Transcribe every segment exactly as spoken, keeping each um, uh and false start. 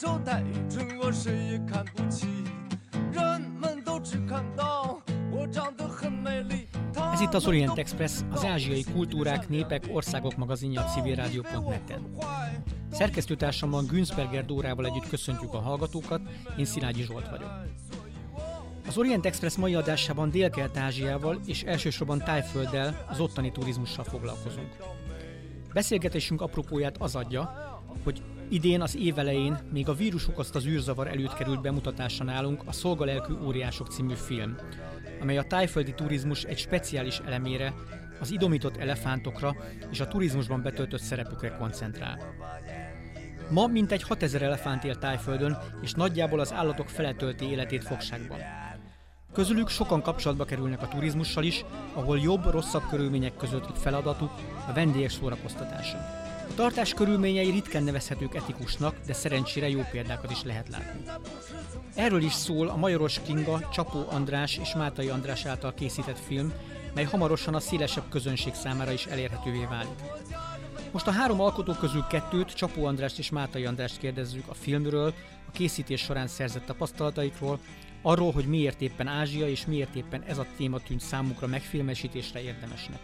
Ez itt az Orient Express, az ázsiai kultúrák, népek, országok magazinja a civil rádió pont net-en. Szerkesztőtársammal Günzberger Dórával együtt köszöntjük a hallgatókat, én Szilágyi Zsolt vagyok. Az Orient Express mai adásában Dél-Kelet-Ázsiával és elsősorban Thaifölddel, az ottani turizmussal foglalkozunk. Beszélgetésünk apropóját az adja, hogy idén az év elején még a vírus okozta az űrzavar előtt került bemutatásra nálunk a Szolgalelkű óriások című film, amely a thaiföldi turizmus egy speciális elemére, az idomított elefántokra és a turizmusban betöltött szerepükre koncentrál. Ma mintegy hatezer elefánt él Thaiföldön, és nagyjából az állatok fele tölti életét fogságban. Közülük sokan kapcsolatba kerülnek a turizmussal is, ahol jobb-rosszabb körülmények között feladatuk a vendégek szórakoztatása. A tartás körülményei ritkán nevezhetők etikusnak, de szerencsére jó példákat is lehet látni. Erről is szól a Majoros Kinga, Csapó András és Mátai András által készített film, mely hamarosan a szélesebb közönség számára is elérhetővé válik. Most a három alkotó közül kettőt, Csapó Andrást és Mátai Andrást kérdezzük a filmről, a készítés során szerzett tapasztalataikról, arról, hogy miért éppen Ázsia és miért éppen ez a téma tűnt számukra megfilmesítésre érdemesnek.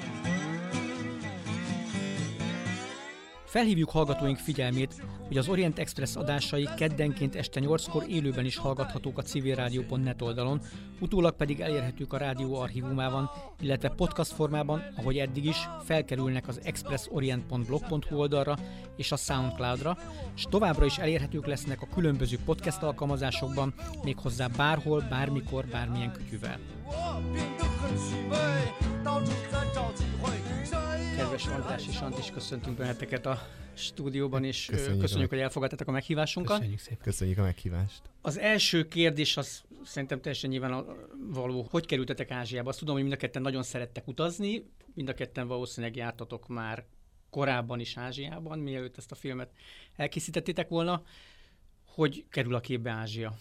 Felhívjuk hallgatóink figyelmét, hogy az Orient Express adásai keddenként este nyolckor élőben is hallgathatók a civil rádió pont net oldalon, utólag pedig elérhetők a rádió archívumában, illetve podcast formában, ahogy eddig is, felkerülnek az expressorient pont blog pont hu oldalra és a Soundcloudra, és továbbra is elérhetők lesznek a különböző podcast alkalmazásokban, méghozzá bárhol, bármikor, bármilyen kütyüvel. Kedves András és Antis, köszöntünk benneteket a stúdióban, és köszönjük, köszönjük hogy elfogadtátok a meghívásunkat. Köszönjük szépen. Köszönjük a meghívást. Az első kérdés az szerintem teljesen nyilvánvaló, hogy kerültetek Ázsiába. Azt tudom, hogy mind a ketten nagyon szerettek utazni, mind a ketten valószínűleg jártatok már korábban is Ázsiában, mielőtt ezt a filmet elkészítettétek volna. Hogy kerül a képbe Ázsia?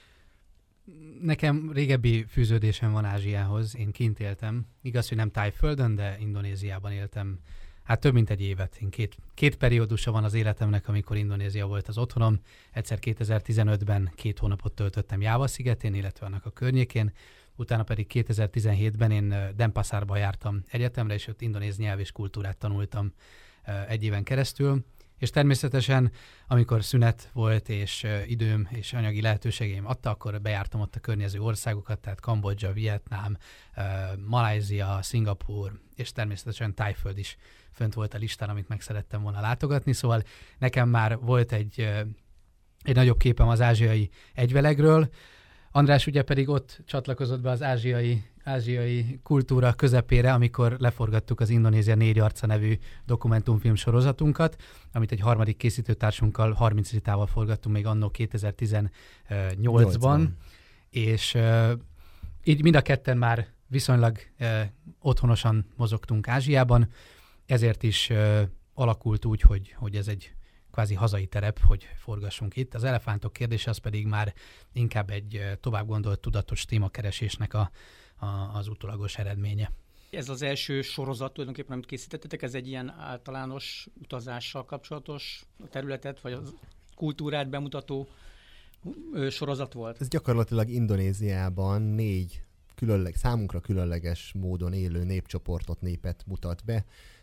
Nekem régebbi fűződésem van Ázsiához, én kint éltem. Igaz, hogy nem Thaiföldön, de Indonéziában éltem. Hát több mint egy évet. Én két, két periódusa van az életemnek, amikor Indonézia volt az otthonom. Egyszer kétezer-tizenötben két hónapot töltöttem Jáva szigetén, illetve annak a környékén. Utána pedig kétezer-tizenhétben én Denpasarba jártam egyetemre, és ott indonéz nyelv és kultúrát tanultam egy éven keresztül. És természetesen, amikor szünet volt, és uh, időm és anyagi lehetőségeim adta, akkor bejártam ott a környező országokat, tehát Kambodzsa, Vietnám, uh, Malajzia, Szingapúr, és természetesen Thaiföld is fönt volt a listán, amit meg szerettem volna látogatni. Szóval nekem már volt egy, uh, egy nagyobb képem az ázsiai egyvelegről. András ugye pedig ott csatlakozott be az ázsiai, ázsiai kultúra közepére, amikor leforgattuk az Indonézia négy arca nevű dokumentumfilm sorozatunkat, amit egy harmadik készítőtársunkkal, harminc Ritával forgattunk még anno kétezer-tizennyolcban, nyolcban. És uh, így mind a ketten már viszonylag uh, otthonosan mozogtunk Ázsiában, ezért is uh, alakult úgy, hogy, hogy ez egy kvázi hazai terep, hogy forgassunk itt. Az elefántok kérdése az pedig már inkább egy tovább gondolt tudatos témakeresésnek a, a, az utólagos eredménye. Ez az első sorozat tulajdonképpen, amit készítettetek, ez egy ilyen általános utazással kapcsolatos területet, vagy a kultúrát bemutató sorozat volt? Ez gyakorlatilag Indonéziában négy különleg, számunkra különleges módon élő népcsoportot, népet mutat be.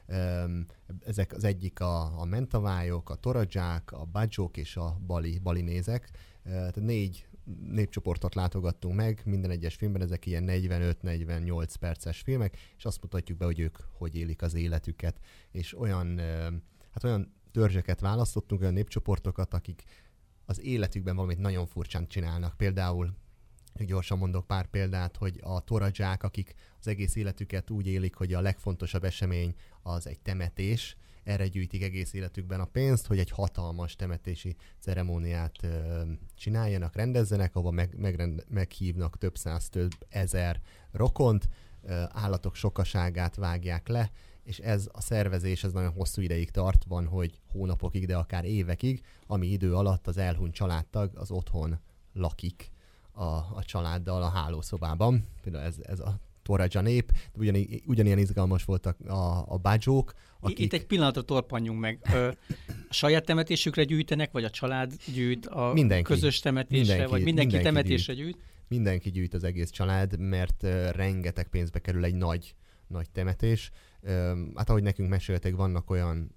Ezek az egyik a, a mentavályok, a toradzsák, a badzsók és a bali, balinézek. Tehát négy népcsoportot látogattunk meg, minden egyes filmben ezek ilyen negyvenöt-negyvennyolc perces filmek, és azt mutatjuk be, hogy ők hogy élik az életüket. És olyan, hát olyan törzseket választottunk, olyan népcsoportokat, akik az életükben valamit nagyon furcsán csinálnak. Például gyorsan mondok pár példát, hogy a toradzsák, akik az egész életüket úgy élik, hogy a legfontosabb esemény az egy temetés, erre gyűjtik egész életükben a pénzt, hogy egy hatalmas temetési ceremóniát ö, csináljanak, rendezzenek, ahova meg, megrend, meghívnak több száz, több ezer rokont, ö, állatok sokaságát vágják le, és ez a szervezés ez nagyon hosszú ideig tart, van, hogy hónapokig, de akár évekig, ami idő alatt az elhunyt családtag az otthon lakik a, a családdal a hálószobában. Például ez, ez a toradzsa nép, ugyan, ugyanilyen izgalmas voltak a, a badzsók. Akik... Itt egy pillanatra torpanjunk meg. Ö, a saját temetésükre gyűjtenek, vagy a család gyűjt a mindenki, közös temetésre, mindenki, vagy mindenki, mindenki temetésre gyűjt. gyűjt? Mindenki gyűjt, az egész család, mert uh, rengeteg pénzbe kerül egy nagy, nagy temetés. Um, hát ahogy nekünk meséltek, vannak olyan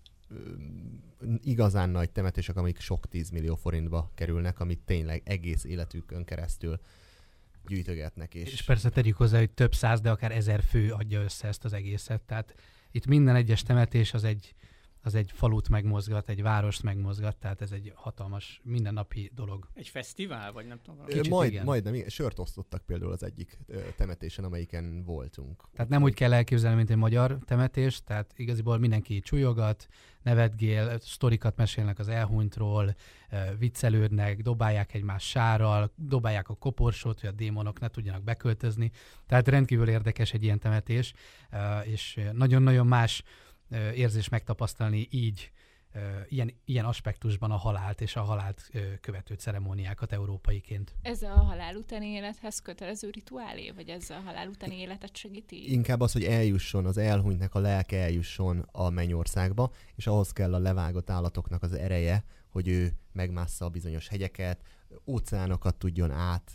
um, igazán nagy temetések, amik sok tízmillió forintba kerülnek, amit tényleg egész életükön keresztül gyűjtögetnek. És, és persze tegyük hozzá, hogy több száz, de akár ezer fő adja össze ezt az egészet. Tehát itt minden egyes temetés az egy, az egy falut megmozgat, egy várost megmozgat, tehát ez egy hatalmas, mindennapi dolog. Egy fesztivál, vagy nem tudom? Kicsit Majd, igen. majdnem, igen. Sört osztottak például az egyik ö, temetésen, amelyiken voltunk. Tehát nem úgy kell elképzelni, mint egy magyar temetés, tehát igaziból mindenki csúlyogat, nevetgél, sztorikat mesélnek az elhunytról, viccelődnek, dobálják egymás sárral, dobálják a koporsót, hogy a démonok ne tudjanak beköltözni. Tehát rendkívül érdekes egy ilyen temetés, és nagyon-nagyon más érzés megtapasztalni így, ilyen, ilyen aspektusban a halált és a halált követő ceremóniákat európaiként. Ez a halál utáni élethez kötelező rituálé, vagy ez a halál utáni életet segíti? Inkább az, hogy eljusson, az elhunytnak a lelke eljusson a mennyországba, és ahhoz kell a levágott állatoknak az ereje, hogy ő megmássza a bizonyos hegyeket, óceánokat tudjon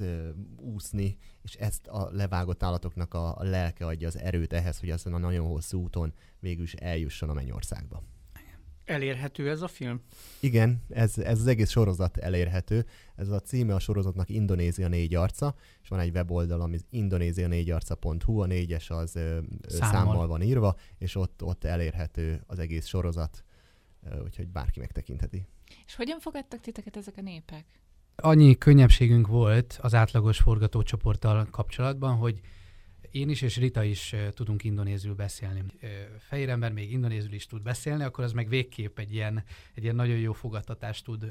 átúszni, és ezt a levágott állatoknak a, a lelke adja az erőt ehhez, hogy azon a nagyon hosszú úton végül is eljusson a mennyországba. Elérhető ez a film? Igen, ez, ez az egész sorozat elérhető. Ez a címe a sorozatnak Indonézia négy arca, és van egy weboldal, ami indonézia négy arca pont hu, a négyes az ö, számmal. számmal van írva, és ott, ott elérhető az egész sorozat, ö, úgyhogy bárki megtekintheti. És hogyan fogadtak titeket ezek a népek? Annyi könnyebbségünk volt az átlagos forgatócsoporttal kapcsolatban, hogy én is és Rita is uh, tudunk indonézül beszélni. Uh, fehér ember még indonézül is tud beszélni, akkor az meg végképp egy ilyen, egy ilyen nagyon jó fogadtatást tud uh,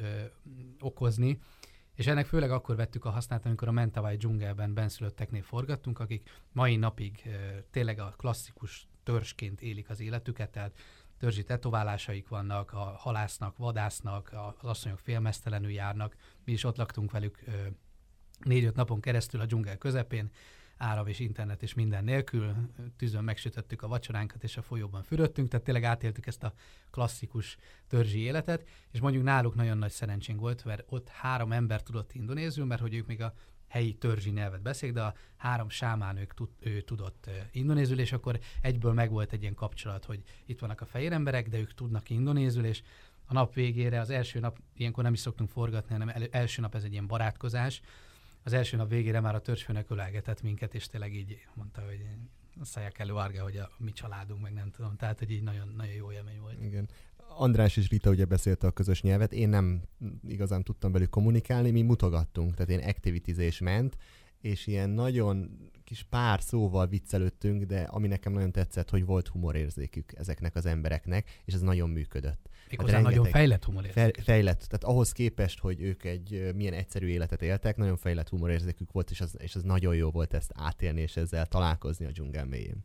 okozni. És ennek főleg akkor vettük a hasznát, amikor a Mentawai dzsungelben benszülötteknél forgattunk, akik mai napig uh, tényleg a klasszikus törzsként élik az életüket, tehát törzsi tetoválásaik vannak, a halásznak, vadásznak, az asszonyok félmeztelenül járnak. Mi is ott laktunk velük uh, négy-öt napon keresztül a dzsungel közepén, áram és internet és minden nélkül, tűzön megsütöttük a vacsoránkat és a folyóban fürödtünk, tehát tényleg átéltük ezt a klasszikus törzsi életet, és mondjuk náluk nagyon nagy szerencsénk volt, mert ott három ember tudott indonézül, mert hogy ők még a helyi törzsi nyelvet beszélik, de a három sámánők tud, ő tudott indonézül, és akkor egyből megvolt egy ilyen kapcsolat, hogy itt vannak a fehér emberek, de ők tudnak indonézül, és a nap végére, az első nap, ilyenkor nem is szoktunk forgatni, hanem el, első nap ez egy ilyen barátkozás. Az első nap végére már a törzsfőnök ölelgetett minket, és tényleg így mondta, hogy szállják elő Arga, hogy a mi családunk, meg nem tudom. Tehát, hogy így nagyon, nagyon jó élmény volt. Igen. András és Rita ugye beszélte a közös nyelvet, én nem igazán tudtam velük kommunikálni, mi mutogattunk, tehát ilyen activitizés ment, és ilyen nagyon kis pár szóval viccelődtünk, de ami nekem nagyon tetszett, hogy volt humorérzékük ezeknek az embereknek, és ez nagyon működött. Méghozzá hát nagyon fejlett humorérzékük. Fe, fejlett, tehát ahhoz képest, hogy ők egy milyen egyszerű életet éltek, nagyon fejlett humorérzékük volt, és az, és az nagyon jó volt ezt átélni, és ezzel találkozni a dzsungel mélyén.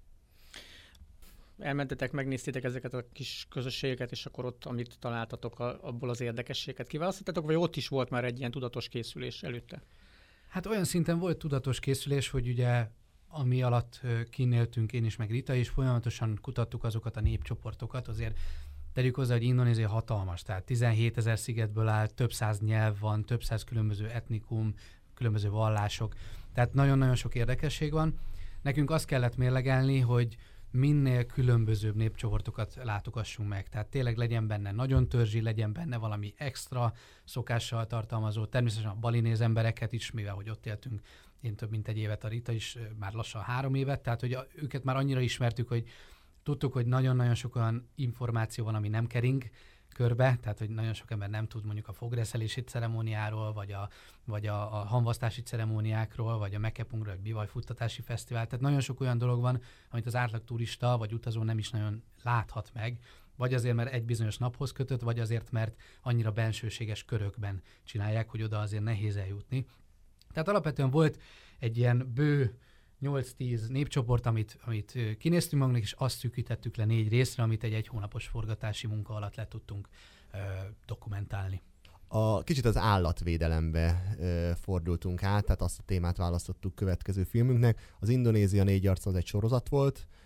Elmentetek, megnéztétek ezeket a kis közösségeket, és akkor ott, amit találtatok, abból az érdekességet kiválasztottatok, vagy ott is volt már egy ilyen tudatos készülés előtte? Hát olyan szinten volt tudatos készülés, hogy ugye ami alatt kinéltünk én is, meg Rita is, folyamatosan kutattuk azokat a népcsoportokat, azért tegyük hozzá, hogy Indonézia hatalmas, tehát tizenhétezer szigetből áll, több száz nyelv van, több száz különböző etnikum, különböző vallások, tehát nagyon-nagyon sok érdekesség van. Nekünk azt kellett mérlegelni, hogy minél különbözőbb népcsoportokat látogassunk meg. Tehát tényleg legyen benne nagyon törzsi, legyen benne valami extra szokással tartalmazó. Természetesen a balinéz embereket is, mivel hogy ott éltünk, én több mint egy évet, a Rita is már lassan három évet, tehát hogy a, őket már annyira ismertük, hogy tudtuk, hogy nagyon-nagyon sok olyan információ van, ami nem kering körbe, tehát hogy nagyon sok ember nem tud mondjuk a fogreszelési ceremóniáról, vagy a, vagy a, a hamvasztási ceremóniákról, vagy a Mekepungról, vagy bivajfuttatási fesztivál. Tehát nagyon sok olyan dolog van, amit az átlag turista vagy utazó nem is nagyon láthat meg, vagy azért, mert egy bizonyos naphoz kötött, vagy azért, mert annyira bensőséges körökben csinálják, hogy oda azért nehéz eljutni. Tehát alapvetően volt egy ilyen bő nyolc-tíz népcsoport, amit, amit kinéztünk magunknak, és azt szűkítettük le négy részre, amit egy egy hónapos forgatási munka alatt le tudtunk ö, dokumentálni. A, kicsit az állatvédelembe ö, fordultunk át, tehát azt a témát választottuk következő filmünknek. Az Indonézia négy arca az egy sorozat volt,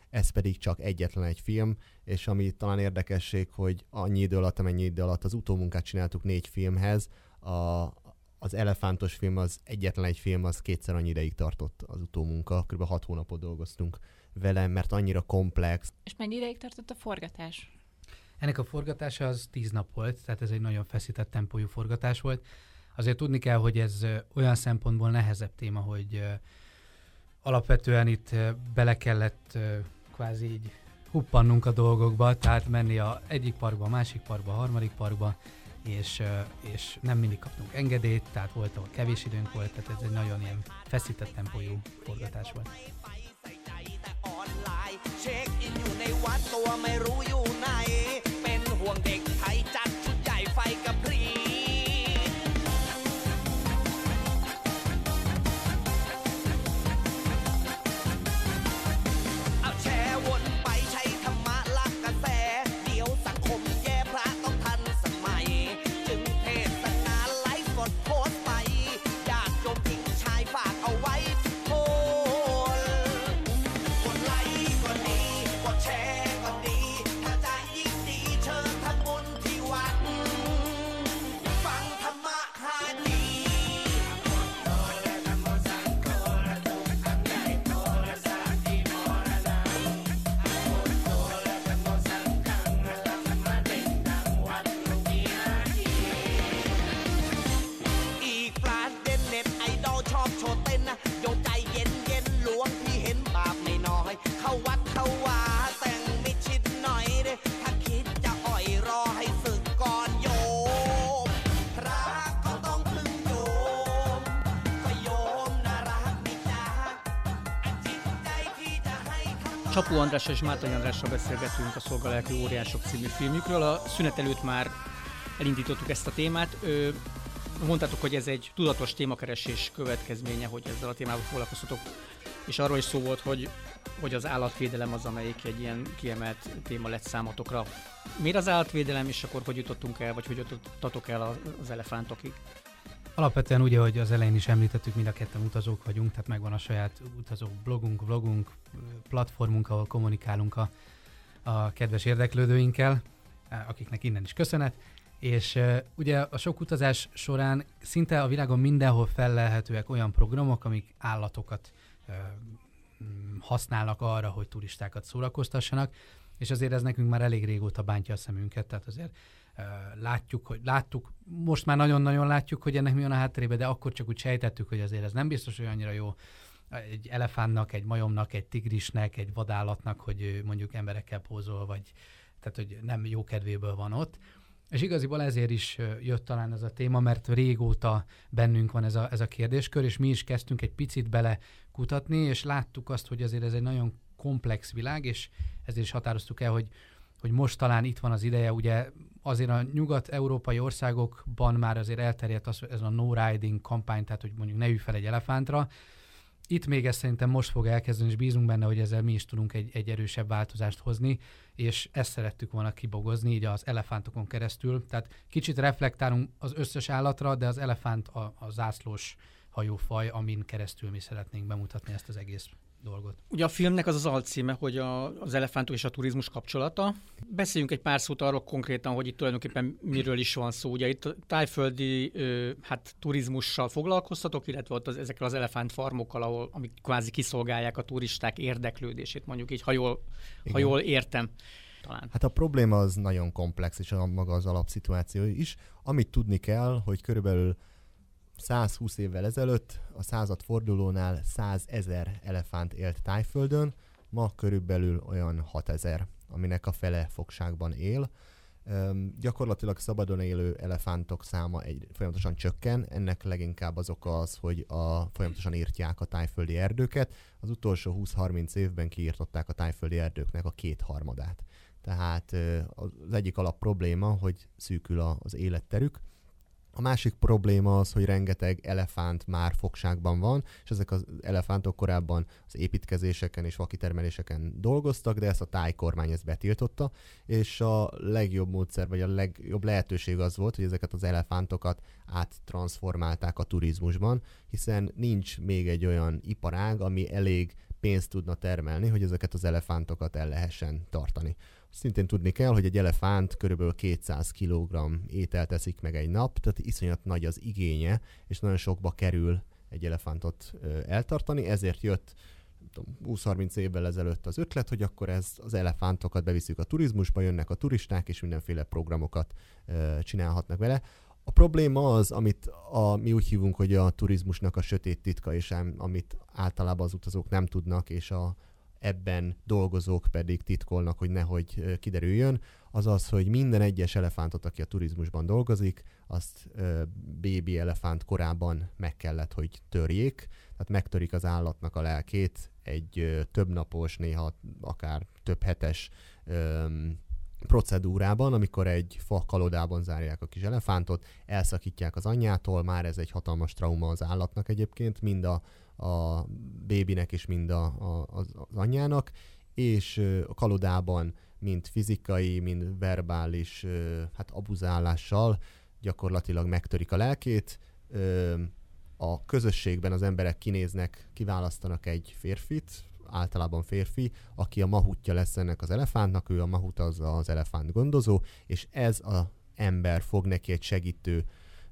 ez pedig csak egyetlen egy film, és ami talán érdekesség, hogy annyi idő alatt, amennyi idő alatt az utómunkát csináltuk négy filmhez, a, az elefántos film, az egyetlen egy film, az kétszer annyi ideig tartott az utómunka, kb. hat hónapot dolgoztunk vele, mert annyira komplex. És mennyi ideig tartott a forgatás? Ennek a forgatása az tíz nap volt, tehát ez egy nagyon feszített tempójú forgatás volt. Azért tudni kell, hogy ez olyan szempontból nehezebb téma, hogy alapvetően itt bele kellett kvázi így huppannunk a dolgokba, tehát menni a egyik parkba, a másik parkba, a harmadik parkba, és, és nem mindig kaptunk engedélyt, tehát volt, ahol kevés időnk volt, tehát ez egy nagyon ilyen feszített tempójú forgatás volt.เช็คอินอยู่ในวัดตัวไม่รู้อยู่ไหนเป็นห่วงเด็กไทยจัดชุดใหญ่ไฟกระพริบเอาแชร์วนไปใช้ธรรมะลักกระแสเดี๋ยวสังคมแย่พระต้องทันสมัยจึงเทศนาไลฟ์สดโพสต์ไปญาติโยมทิ้งชายฝากเอาไว้Csapó Andrással és Mátony Andrással beszélgetünk a Szolgalelkű óriások című filmjükről. A szünet előtt már elindítottuk ezt a témát. Ö, mondtátok, hogy ez egy tudatos témakeresés következménye, hogy ezzel a témával foglalkoztatok. És arról is szó volt, hogy, hogy az állatvédelem az, amelyik egy ilyen kiemelt téma lett számotokra. Miért az állatvédelem, és akkor hogy jutottunk el, vagy hogy jutottatok el az elefántokig? Alapvetően ugye, hogy az elején is említettük, mind a ketten utazók vagyunk, tehát megvan a saját utazó blogunk, vlogunk, platformunk, ahol kommunikálunk a, a kedves érdeklődőinkkel, akiknek innen is köszönet. És uh, ugye a sok utazás során szinte a világon mindenhol fellelhetőek olyan programok, amik állatokat uh, használnak arra, hogy turistákat szórakoztassanak, és azért ez nekünk már elég régóta bántja a szemünket, tehát azért uh, látjuk, hogy láttuk, most már nagyon-nagyon látjuk, hogy ennek mi van a hátterébe, de akkor csak úgy sejtettük, hogy azért ez nem biztos, hogy annyira jó egy elefántnak, egy majomnak, egy tigrisnek, egy vadállatnak, hogy mondjuk emberekkel pózol, vagy tehát, hogy nem jó kedvéből van ott. És igaziból ezért is jött talán ez a téma, mert régóta bennünk van ez a, ez a kérdéskör, és mi is kezdtünk egy picit bele kutatni, és láttuk azt, hogy azért ez egy nagyon komplex világ, és ezért is határoztuk el, hogy, hogy most talán itt van az ideje, ugye azért a nyugat-európai országokban már azért elterjedt az, ez a no riding kampány, tehát hogy mondjuk ne ülj fel egy elefántra. Itt még ezt szerintem most fog elkezdeni, és bízunk benne, hogy ezzel mi is tudunk egy, egy erősebb változást hozni, és ezt szerettük volna kibogozni így az elefántokon keresztül. Tehát kicsit reflektálunk az összes állatra, de az elefánt a, a zászlós hajófaj, amin keresztül mi szeretnénk bemutatni ezt az egész dolgot. Ugye a filmnek az az alcíme, hogy a, az elefántok és a turizmus kapcsolata. Beszéljünk egy pár szót arról konkrétan, hogy itt tulajdonképpen miről is van szó. Ugye itt tájföldi ö, hát, turizmussal foglalkoztatok, illetve ott az, ezekkel az elefántfarmokkal, ahol, amik kvázi kiszolgálják a turisták érdeklődését, mondjuk így, ha jól, ha jól értem. Talán. Hát a probléma az nagyon komplex, és a maga az alapszituáció is. Amit tudni kell, hogy körülbelül százhúsz évvel ezelőtt a századfordulónál százezer elefánt élt Tájföldön, ma körülbelül olyan hatezer, aminek a fele fogságban él. Üm, gyakorlatilag szabadon élő elefántok száma egy, folyamatosan csökken, ennek leginkább az oka az, hogy a, folyamatosan írtják a tájföldi erdőket. Az utolsó húsz-harminc évben kiírtották a tájföldi erdőknek a kétharmadát. Tehát az egyik alap probléma, hogy szűkül az életterük. A másik probléma az, hogy rengeteg elefánt már fogságban van, és ezek az elefántok korábban az építkezéseken és fakitermeléseken dolgoztak, de ezt a tájkormány ezt betiltotta, és a legjobb módszer, vagy a legjobb lehetőség az volt, hogy ezeket az elefántokat áttranszformálták a turizmusban, hiszen nincs még egy olyan iparág, ami elég pénzt tudna termelni, hogy ezeket az elefántokat el lehessen tartani. Szintén tudni kell, hogy egy elefánt körülbelül kétszáz kilogramm ételt eszik meg egy nap, tehát iszonyat nagy az igénye, és nagyon sokba kerül egy elefántot ö, eltartani, ezért jött húsz-harminc évvel ezelőtt az ötlet, hogy akkor ez, az elefántokat beviszük a turizmusba, jönnek a turisták, és mindenféle programokat ö, csinálhatnak vele. A probléma az, amit a, mi úgy hívunk, hogy a turizmusnak a sötét titka, és amit általában az utazók nem tudnak, és a, ebben dolgozók pedig titkolnak, hogy nehogy kiderüljön, az az, hogy minden egyes elefántot, aki a turizmusban dolgozik, azt ö, bébi elefánt korában meg kellett, hogy törjék. Tehát megtörik az állatnak a lelkét egy ö, többnapos, néha akár több hetes ö, procedúrában, amikor egy fa kalodában zárják a kis elefántot, elszakítják az anyjától, már ez egy hatalmas trauma az állatnak egyébként, mind a, a bébinek és mind a, a, az, az anyjának, és ö, a kalodában mind fizikai, mind verbális ö, hát abuzálással gyakorlatilag megtörik a lelkét. Ö, a közösségben az emberek kinéznek, kiválasztanak egy férfit, általában férfi, aki a mahutja lesz ennek az elefántnak, ő a mahut az az elefánt gondozó, és ez az ember fog neki egy segítő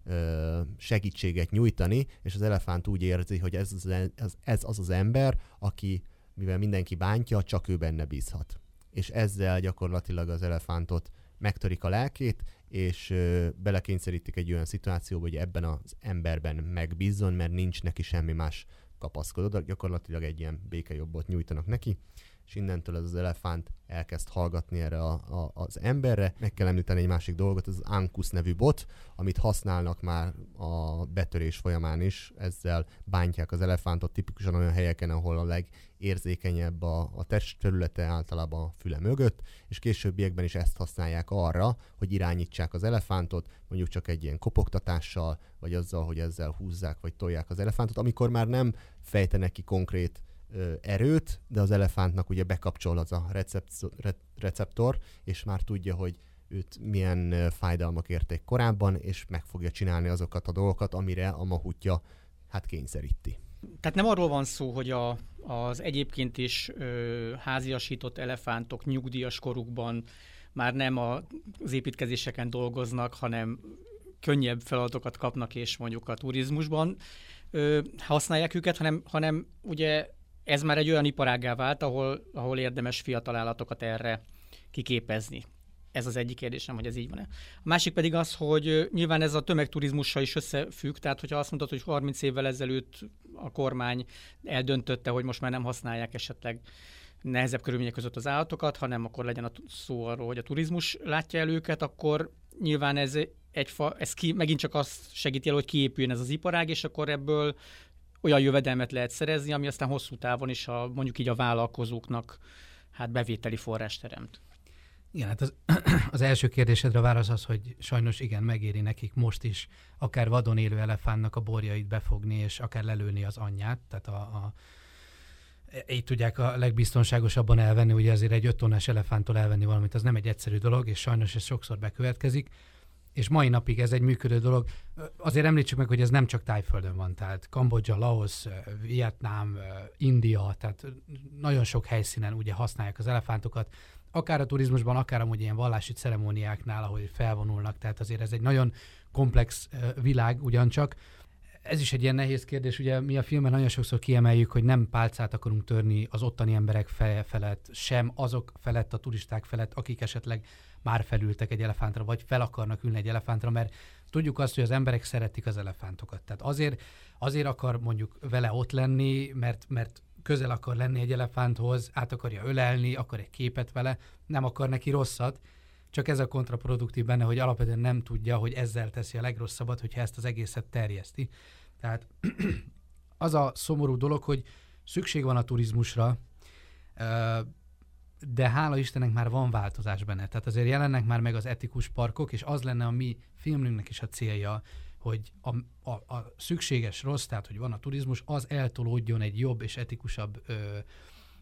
ö, segítséget nyújtani, és az elefánt úgy érzi, hogy ez az, ez, ez az az ember, aki, mivel mindenki bántja, csak ő benne bízhat. És ezzel gyakorlatilag az elefántot megtörik a lelkét, és ö, belekényszerítik egy olyan szituációba, hogy ebben az emberben megbízzon, mert nincs neki semmi más kapaszkodó, gyakorlatilag egy ilyen békejobbot nyújtanak neki, és innentől ez az elefánt elkezd hallgatni erre a, a, az emberre. Meg kell említeni egy másik dolgot, ez az Ankus nevű bot, amit használnak már a betörés folyamán is, ezzel bántják az elefántot tipikusan olyan helyeken, ahol a legérzékenyebb a, a testterülete, általában a füle mögött, és későbbiekben is ezt használják arra, hogy irányítsák az elefántot, mondjuk csak egy ilyen kopogtatással, vagy azzal, hogy ezzel húzzák, vagy tolják az elefántot, amikor már nem fejtenek ki konkrét ö, erőt, de az elefántnak ugye bekapcsol az a receptor, re, receptor, és már tudja, hogy őt milyen ö, fájdalmak érték korábban, és meg fogja csinálni azokat a dolgokat, amire a mahutja hát kényszeríti. Tehát nem arról van szó, hogy a, az egyébként is ö, háziasított elefántok nyugdíjas korukban már nem a, az építkezéseken dolgoznak, hanem könnyebb feladatokat kapnak, és mondjuk a turizmusban ö, használják őket, hanem, hanem ugye ez már egy olyan iparággá vált, ahol, ahol érdemes fiatal állatokat erre kiképezni. Ez az egyik kérdésem, hogy ez így van-e. A másik pedig az, hogy nyilván ez a tömegturizmussal is összefügg, tehát hogyha azt mondod, hogy harminc évvel ezelőtt a kormány eldöntötte, hogy most már nem használják esetleg nehezebb körülmények között az állatokat, hanem akkor legyen a szó arról, hogy a turizmus látja el őket, akkor nyilván ez, egyfa, ez ki, megint csak azt segíti el, hogy kiépüljön ez az iparág, és akkor ebből olyan jövedelmet lehet szerezni, ami aztán hosszú távon is a, mondjuk így a vállalkozóknak hát bevételi forrás teremt. Igen, hát az, az első kérdésedre a válasz az, hogy sajnos igen, megéri nekik most is akár vadon élő elefántnak a borjait befogni, és akár lelőni az anyját, tehát a, a így tudják a legbiztonságosabban elvenni, ugye azért egy öt tonnás elefánttól elvenni valamit, az nem egy egyszerű dolog, és sajnos ez sokszor bekövetkezik, és mai napig ez egy működő dolog. Azért említsük meg, hogy ez nem csak Tájföldön van, tehát Kambodzsa, Laosz, Vietnám, India, tehát nagyon sok helyszínen ugye használják az elefántokat, akár a turizmusban, akár amúgy ilyen vallási ceremóniáknál, ahogy felvonulnak, tehát azért ez egy nagyon komplex világ ugyancsak. Ez is egy ilyen nehéz kérdés, ugye mi a filmben nagyon sokszor kiemeljük, hogy nem pálcát akarunk törni az ottani emberek felett, sem azok felett, a turisták felett, akik esetleg már felültek egy elefántra, vagy fel akarnak ülni egy elefántra, mert tudjuk azt, hogy az emberek szeretik az elefántokat. Tehát azért, azért akar mondjuk vele ott lenni, mert, mert közel akar lenni egy elefánthoz, át akarja ölelni, akar egy képet vele, nem akar neki rosszat, csak ez a kontraproduktív benne, hogy alapvetően nem tudja, hogy ezzel teszi a legrosszabbat, hogyha ezt az egészet terjeszti. Tehát az a szomorú dolog, hogy szükség van a turizmusra, de hála Istennek már van változás benne. Tehát azért jelennek már meg az etikus parkok, és az lenne a mi filmünknek is a célja, hogy a, a, a szükséges rossz, tehát hogy van a turizmus, az eltolódjon egy jobb és etikusabb ö,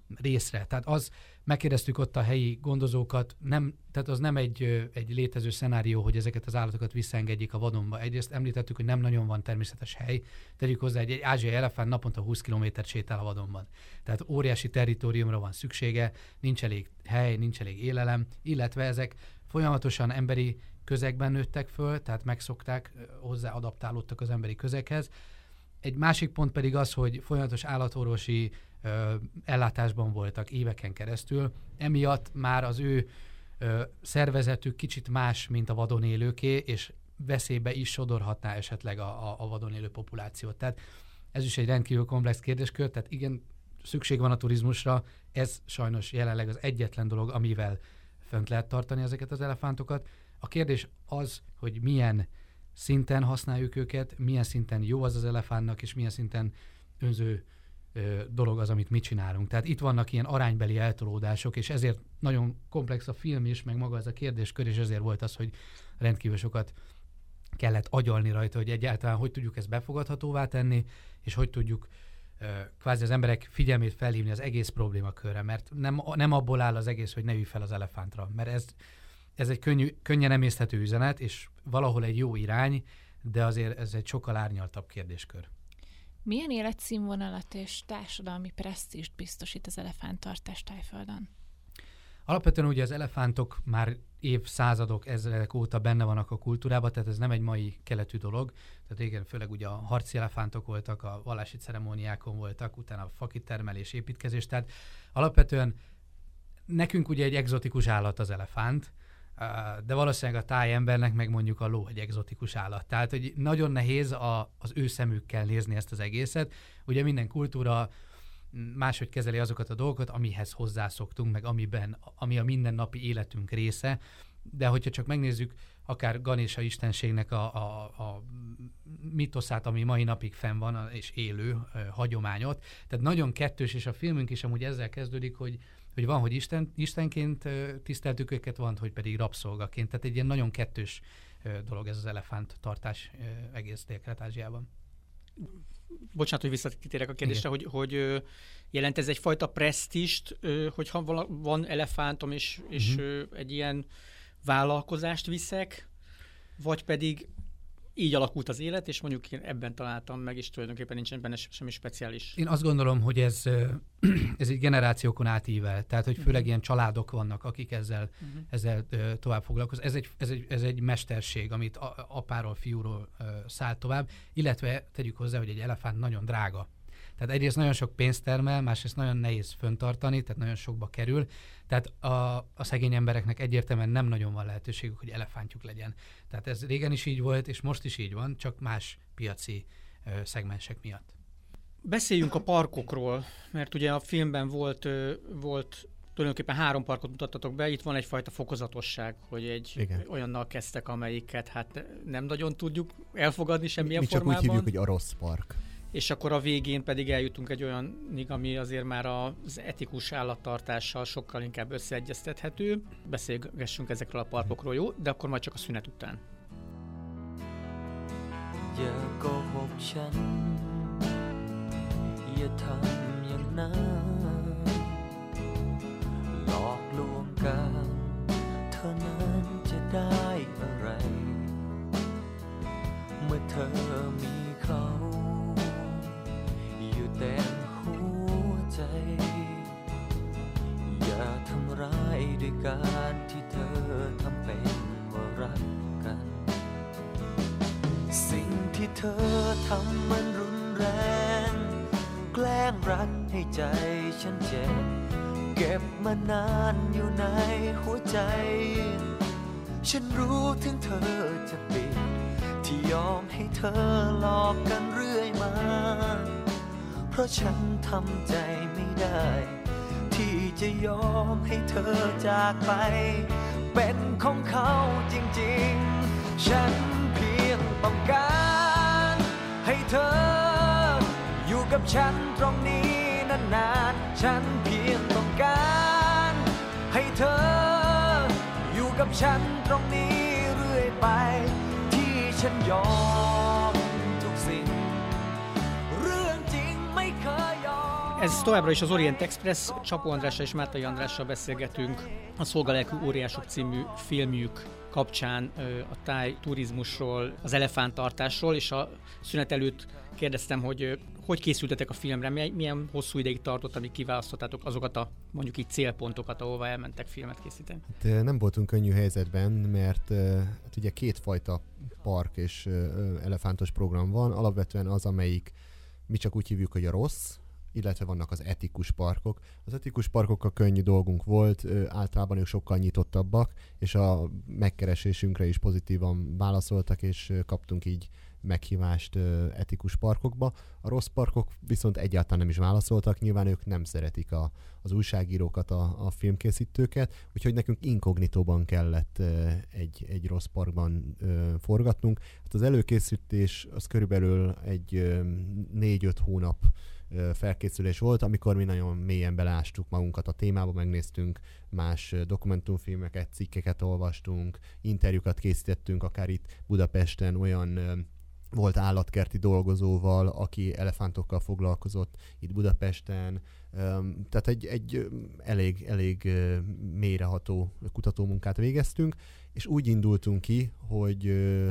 részre. Tehát az, megkérdeztük ott a helyi gondozókat, nem, tehát az nem egy, egy létező szenárió, hogy ezeket az állatokat visszaengedjék a vadonba. Egyrészt említettük, hogy nem nagyon van természetes hely. Tegyük hozzá, egy, egy ázsiai elefánt naponta húsz kilométert sétál a vadonban. Tehát óriási territóriumra van szüksége, nincs elég hely, nincs elég élelem, illetve ezek folyamatosan emberi közegben nőttek föl, tehát megszokták, hozzá adaptálódtak az emberi közeghez. Egy másik pont pedig az, hogy folyamatos állatorvosi ö, ellátásban voltak éveken keresztül, emiatt már az ő ö, szervezetük kicsit más, mint a vadon élőké, és veszélybe is sodorhatná esetleg a, a, a vadon élő populációt. Tehát ez is egy rendkívül komplex kérdéskör, tehát igen, szükség van a turizmusra, ez sajnos jelenleg az egyetlen dolog, amivel fönt lehet tartani ezeket az elefántokat. A kérdés az, hogy milyen szinten használjuk őket, milyen szinten jó az az elefántnak, és milyen szinten önző ö, dolog az, amit mi csinálunk. Tehát itt vannak ilyen aránybeli eltolódások, és ezért nagyon komplex a film is, meg maga ez a kérdéskör, és ezért volt az, hogy rendkívül sokat kellett agyalni rajta, hogy egyáltalán hogy tudjuk ezt befogadhatóvá tenni, és hogy tudjuk ö, kvázi az emberek figyelmét felhívni az egész problémakörre, mert nem, nem abból áll az egész, hogy ne ülj fel az elefántra, mert ez Ez egy könnyű, könnyen emészthető üzenet, és valahol egy jó irány, de azért ez egy sokkal árnyaltabb kérdéskör. Milyen életszínvonalat és társadalmi presztízst biztosít az elefánttartás Thaiföldön? Alapvetően ugye az elefántok már évszázadok, ezrek óta benne vannak a kultúrában, tehát ez nem egy mai keletű dolog. Tehát igen, főleg ugye a harci elefántok voltak, a vallási ceremóniákon voltak, utána a fakitermelés, építkezés. Tehát alapvetően nekünk ugye egy egzotikus állat az elefánt, de valószínűleg a táj embernek meg mondjuk a ló egy egzotikus állat. Tehát, hogy nagyon nehéz a, az ő szemükkel nézni ezt az egészet. Ugye minden kultúra máshogy kezeli azokat a dolgokat, amihez hozzászoktunk, meg amiben, ami a mindennapi életünk része. De hogyha csak megnézzük akár Ganésa istenségnek a, a, a mitoszát, ami mai napig fenn van, és élő hagyományot. Tehát nagyon kettős, és a filmünk is amúgy ezzel kezdődik, hogy hogy van, hogy Isten, Istenként tiszteltük őket, van, hogy pedig rabszolgaként. Tehát egy ilyen nagyon kettős dolog ez az elefánt tartás egész Dél-Kelet-Ázsiában. Bocsánat, hogy visszatérek a kérdésre, hogy, hogy jelent ez egyfajta presztízst, hogyha van elefántom, és, és uh-huh. egy ilyen vállalkozást viszek, vagy pedig így alakult az élet, és mondjuk én ebben találtam meg, és tulajdonképpen nincsen benne semmi speciális. Én azt gondolom, hogy ez, ez egy generációkon átível, tehát hogy főleg uh-huh. ilyen családok vannak, akik ezzel, uh-huh. ezzel tovább foglalkoznak. Ez egy, ez, egy, ez egy mesterség, amit apáról, fiúról szállt tovább, illetve tegyük hozzá, hogy egy elefánt nagyon drága. Tehát egyrészt nagyon sok pénzt termel, másrészt nagyon nehéz föntartani, tehát nagyon sokba kerül. Tehát a, a szegény embereknek egyértelműen nem nagyon van lehetőségük, hogy elefántjuk legyen. Tehát ez régen is így volt, és most is így van, csak más piaci ö, szegmensek miatt. Beszéljünk a parkokról, mert ugye a filmben volt, ö, volt tulajdonképpen három parkot mutattatok be, itt van egyfajta fokozatosság, hogy egy Igen. olyannal kezdtek, amelyiket hát nem nagyon tudjuk elfogadni semmilyen Mi formában. Mi csak úgy hívjuk, hogy a rossz park. És akkor a végén pedig eljutunk egy olyanig, ami azért már az etikus állattartással sokkal inkább összeegyeztethető. Beszélgessünk ezekről a parkokról, jó? De akkor majd csak a szünet után. แต่หัวใจอย่าทำร้ายด้วยการที่เธอทำเป็นว่ารักกันสิ่งที่เธอทำมันรุนแรงแกล้งรักให้ใจฉันเจ็บเก็บมานานอยู่ในหัวใจฉันรู้ถึงเธอจะปิดที่ยอมให้เธอหลอกกันเรื่อยมาเพราะฉันทำใจไม่ได้ที่จะยอมให้เธอจากไปเป็นของเขาจริงๆฉันเพียงต้องการให้เธออยู่กับฉันตรงนี้นานๆฉันเพียงต้องการให้เธออยู่กับฉันตรงนี้เรื่อยไปที่ฉันยอมทุกสิ่งเรื่องจริงไม่เคยยอม Ez továbbra is az Orient Express, Csapó Andrással és Mártai Andrással beszélgetünk a Szolgalelkű óriások című filmjük kapcsán a táj turizmusról, az elefánttartásról, és a szünet előtt kérdeztem, hogy hogy készültetek a filmre, milyen hosszú ideig tartott, amíg kiválasztottátok azokat a mondjuk így célpontokat, ahova elmentek filmet készíteni? Hát, nem voltunk könnyű helyzetben, mert hát ugye kétfajta park és elefántos program van, alapvetően az, amelyik mi csak úgy hívjuk, hogy a rossz, illetve vannak az etikus parkok. Az etikus parkokkal könnyű dolgunk volt, általában ők sokkal nyitottabbak, és a megkeresésünkre is pozitívan válaszoltak, és kaptunk így meghívást etikus parkokba. A rossz parkok viszont egyáltalán nem is válaszoltak, nyilván ők nem szeretik a, az újságírókat, a, a filmkészítőket, úgyhogy nekünk inkognitóban kellett egy, egy rossz parkban forgatnunk. Hát az előkészítés az körülbelül egy négy-öt hónap felkészülés volt, amikor mi nagyon mélyen beleástuk magunkat a témába, megnéztünk más dokumentumfilmeket, cikkeket olvastunk, interjúkat készítettünk, akár itt Budapesten olyan volt állatkerti dolgozóval, aki elefántokkal foglalkozott itt Budapesten. Tehát egy, egy elég, elég mélyreható kutatómunkát végeztünk, és úgy indultunk ki, hogy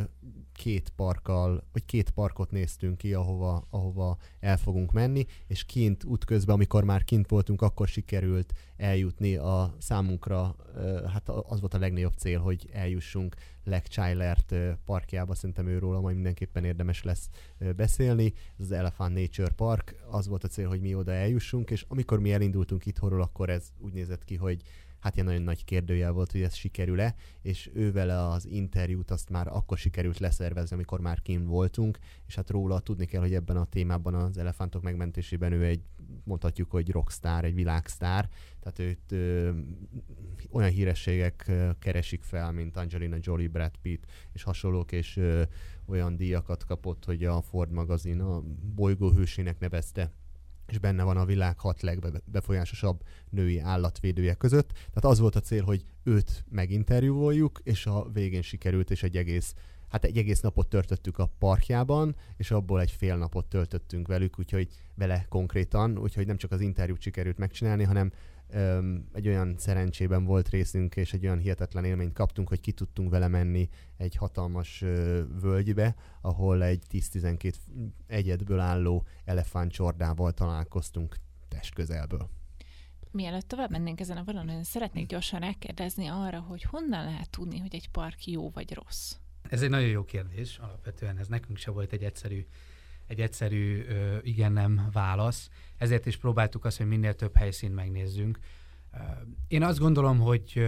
két parkkal, vagy két parkot néztünk ki, ahova, ahova el fogunk menni, és kint útközben, amikor már kint voltunk, akkor sikerült eljutni a számunkra, hát az volt a legnagyobb cél, hogy eljussunk Lake Chilert parkjába, szerintem őróla majd mindenképpen érdemes lesz beszélni. Ez az Elephant Nature Park, az volt a cél, hogy mi oda eljussunk, és amikor mi elindultunk itthonról, akkor ez úgy nézett ki, hogy hát ilyen nagyon nagy kérdőjel volt, hogy ez sikerül-e, és ővele az interjút azt már akkor sikerült leszervezni, amikor már kint voltunk, és hát róla tudni kell, hogy ebben a témában, az elefántok megmentésében ő egy, mondhatjuk, hogy rockstar, egy világsztár, tehát őt ö, olyan hírességek ö, keresik fel, mint Angelina Jolie, Brad Pitt és hasonlók, és ö, olyan díjakat kapott, hogy a Ford magazin a bolygó hősének nevezte, és benne van a világ hat legbefolyásosabb női állatvédője között. Tehát az volt a cél, hogy őt meginterjúvoljuk, és a végén sikerült, és egy egész, hát egy egész napot töltöttük a parkjában, és abból egy fél napot töltöttünk velük, úgyhogy vele konkrétan, úgyhogy nem csak az interjút sikerült megcsinálni, hanem öm, egy olyan szerencsében volt részünk, és egy olyan hihetetlen élményt kaptunk, hogy ki tudtunk vele menni egy hatalmas ö, völgybe, ahol egy tíz-tizenkét egyedből álló elefántcsordával találkoztunk testközelből. Mielőtt tovább mennénk ezen a vonalon, szeretnék gyorsan rákérdezni arra, hogy honnan lehet tudni, hogy egy park jó vagy rossz? Ez egy nagyon jó kérdés, alapvetően ez nekünk se volt egy egyszerű, egy egyszerű ö, igen-nem válasz, ezért is próbáltuk azt, hogy minél több helyszínt megnézzünk. Én azt gondolom, hogy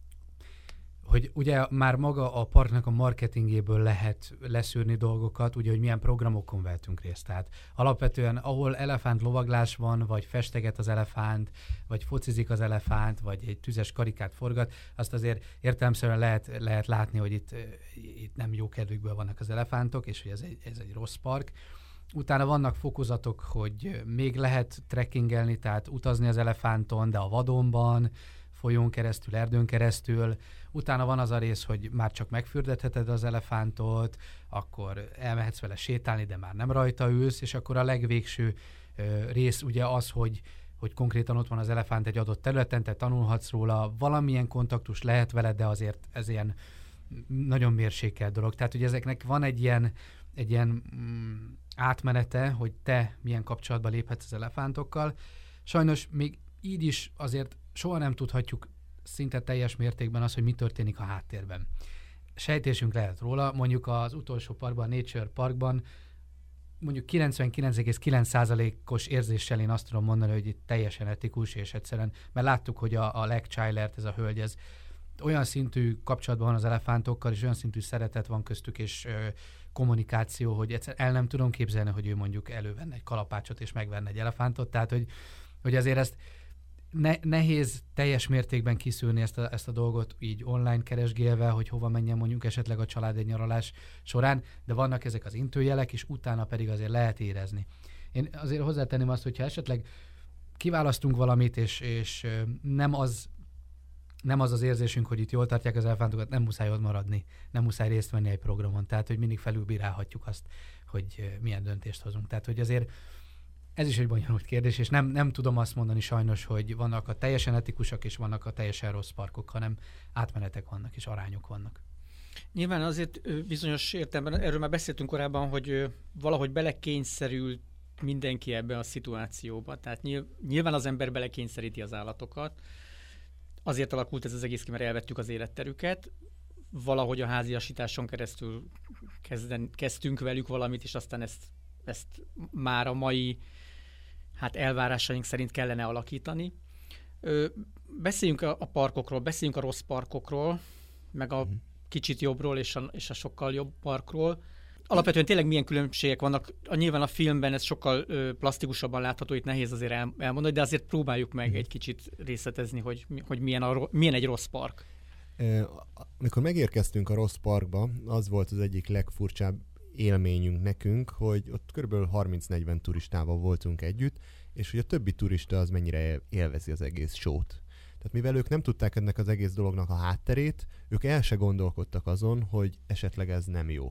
hogy ugye már maga a parknak a marketingéből lehet leszűrni dolgokat, ugye, hogy milyen programokon vettünk részt. Tehát alapvetően, ahol elefánt lovaglás van, vagy festeget az elefánt, vagy focizik az elefánt, vagy egy tüzes karikát forgat, azt azért értelemszerűen lehet, lehet látni, hogy itt, itt nem jó kedvükből vannak az elefántok, és hogy ez egy, ez egy rossz park. Utána vannak fokozatok, hogy még lehet trekkingelni, tehát utazni az elefánton, de a vadonban, folyón keresztül, erdőn keresztül. Utána van az a rész, hogy már csak megfürdetheted az elefántot, akkor elmehetsz vele sétálni, de már nem rajta ülsz, és akkor a legvégső ö, rész ugye az, hogy, hogy konkrétan ott van az elefánt egy adott területen, te tanulhatsz róla, valamilyen kontaktus lehet vele, de azért ez ilyen nagyon mérsékelt dolog. Tehát, hogy ezeknek van egy ilyen, egy ilyen mm, átmenete, hogy te milyen kapcsolatba léphetsz az elefántokkal. Sajnos még így is azért soha nem tudhatjuk szinte teljes mértékben az, hogy mi történik a háttérben. Sejtésünk lehet róla, mondjuk az utolsó parkban, a Nature Parkban, mondjuk kilencvenkilenc egész kilenc százalékos érzéssel én azt tudom mondani, hogy itt teljesen etikus, és egyszerűen, mert láttuk, hogy a, a Lake Chilert, ez a hölgy, ez olyan szintű kapcsolatban van az elefántokkal, és olyan szintű szeretet van köztük, és ö, kommunikáció, hogy egyszer el nem tudom képzelni, hogy ő mondjuk elővenne egy kalapácsot, és megvenne egy elefántot, tehát, hogy, hogy azért ezt Ne, nehéz teljes mértékben kiszűrni ezt a, ezt a dolgot így online keresgélve, hogy hova menjen mondjuk esetleg a család egy nyaralás során, de vannak ezek az intőjelek, és utána pedig azért lehet érezni. Én azért hozzátenném azt, hogyha esetleg kiválasztunk valamit, és, és nem az, nem az az érzésünk, hogy itt jól tartják az elefántokat, nem muszáj ott maradni, nem muszáj részt venni egy programon, tehát hogy mindig felülbírálhatjuk azt, hogy milyen döntést hozunk. Tehát hogy azért Ez is egy bonyolult kérdés, és nem, nem tudom azt mondani sajnos, hogy vannak a teljesen etikusak, és vannak a teljesen rossz parkok, hanem átmenetek vannak, és arányok vannak. Nyilván azért bizonyos értelemben, erről már beszéltünk korábban, hogy valahogy belekényszerült mindenki ebbe a szituációba. Tehát nyilván az ember belekényszeríti az állatokat. Azért alakult ez az egész ki, mert elvettük az életterüket. Valahogy a háziasításon keresztül kezden, kezdtünk velük valamit, és aztán ezt, ezt már a mai hát elvárásaink szerint kellene alakítani. Ö, beszéljünk a, a parkokról, beszéljünk a rossz parkokról, meg a kicsit jobbról és a, és a sokkal jobb parkról. Alapvetően tényleg milyen különbségek vannak. A, nyilván a filmben ez sokkal ö, plastikusabban látható, itt nehéz azért el, elmondani, de azért próbáljuk meg egy kicsit részletezni, hogy, hogy milyen, a, milyen egy rossz park. Amikor megérkeztünk a rossz parkba, az volt az egyik legfurcsább élményünk nekünk, hogy ott körülbelül harminc-negyven turistával voltunk együtt, és hogy a többi turista az mennyire élvezi az egész show-t. Tehát mivel ők nem tudták ennek az egész dolognak a hátterét, ők el se gondolkodtak azon, hogy esetleg ez nem jó.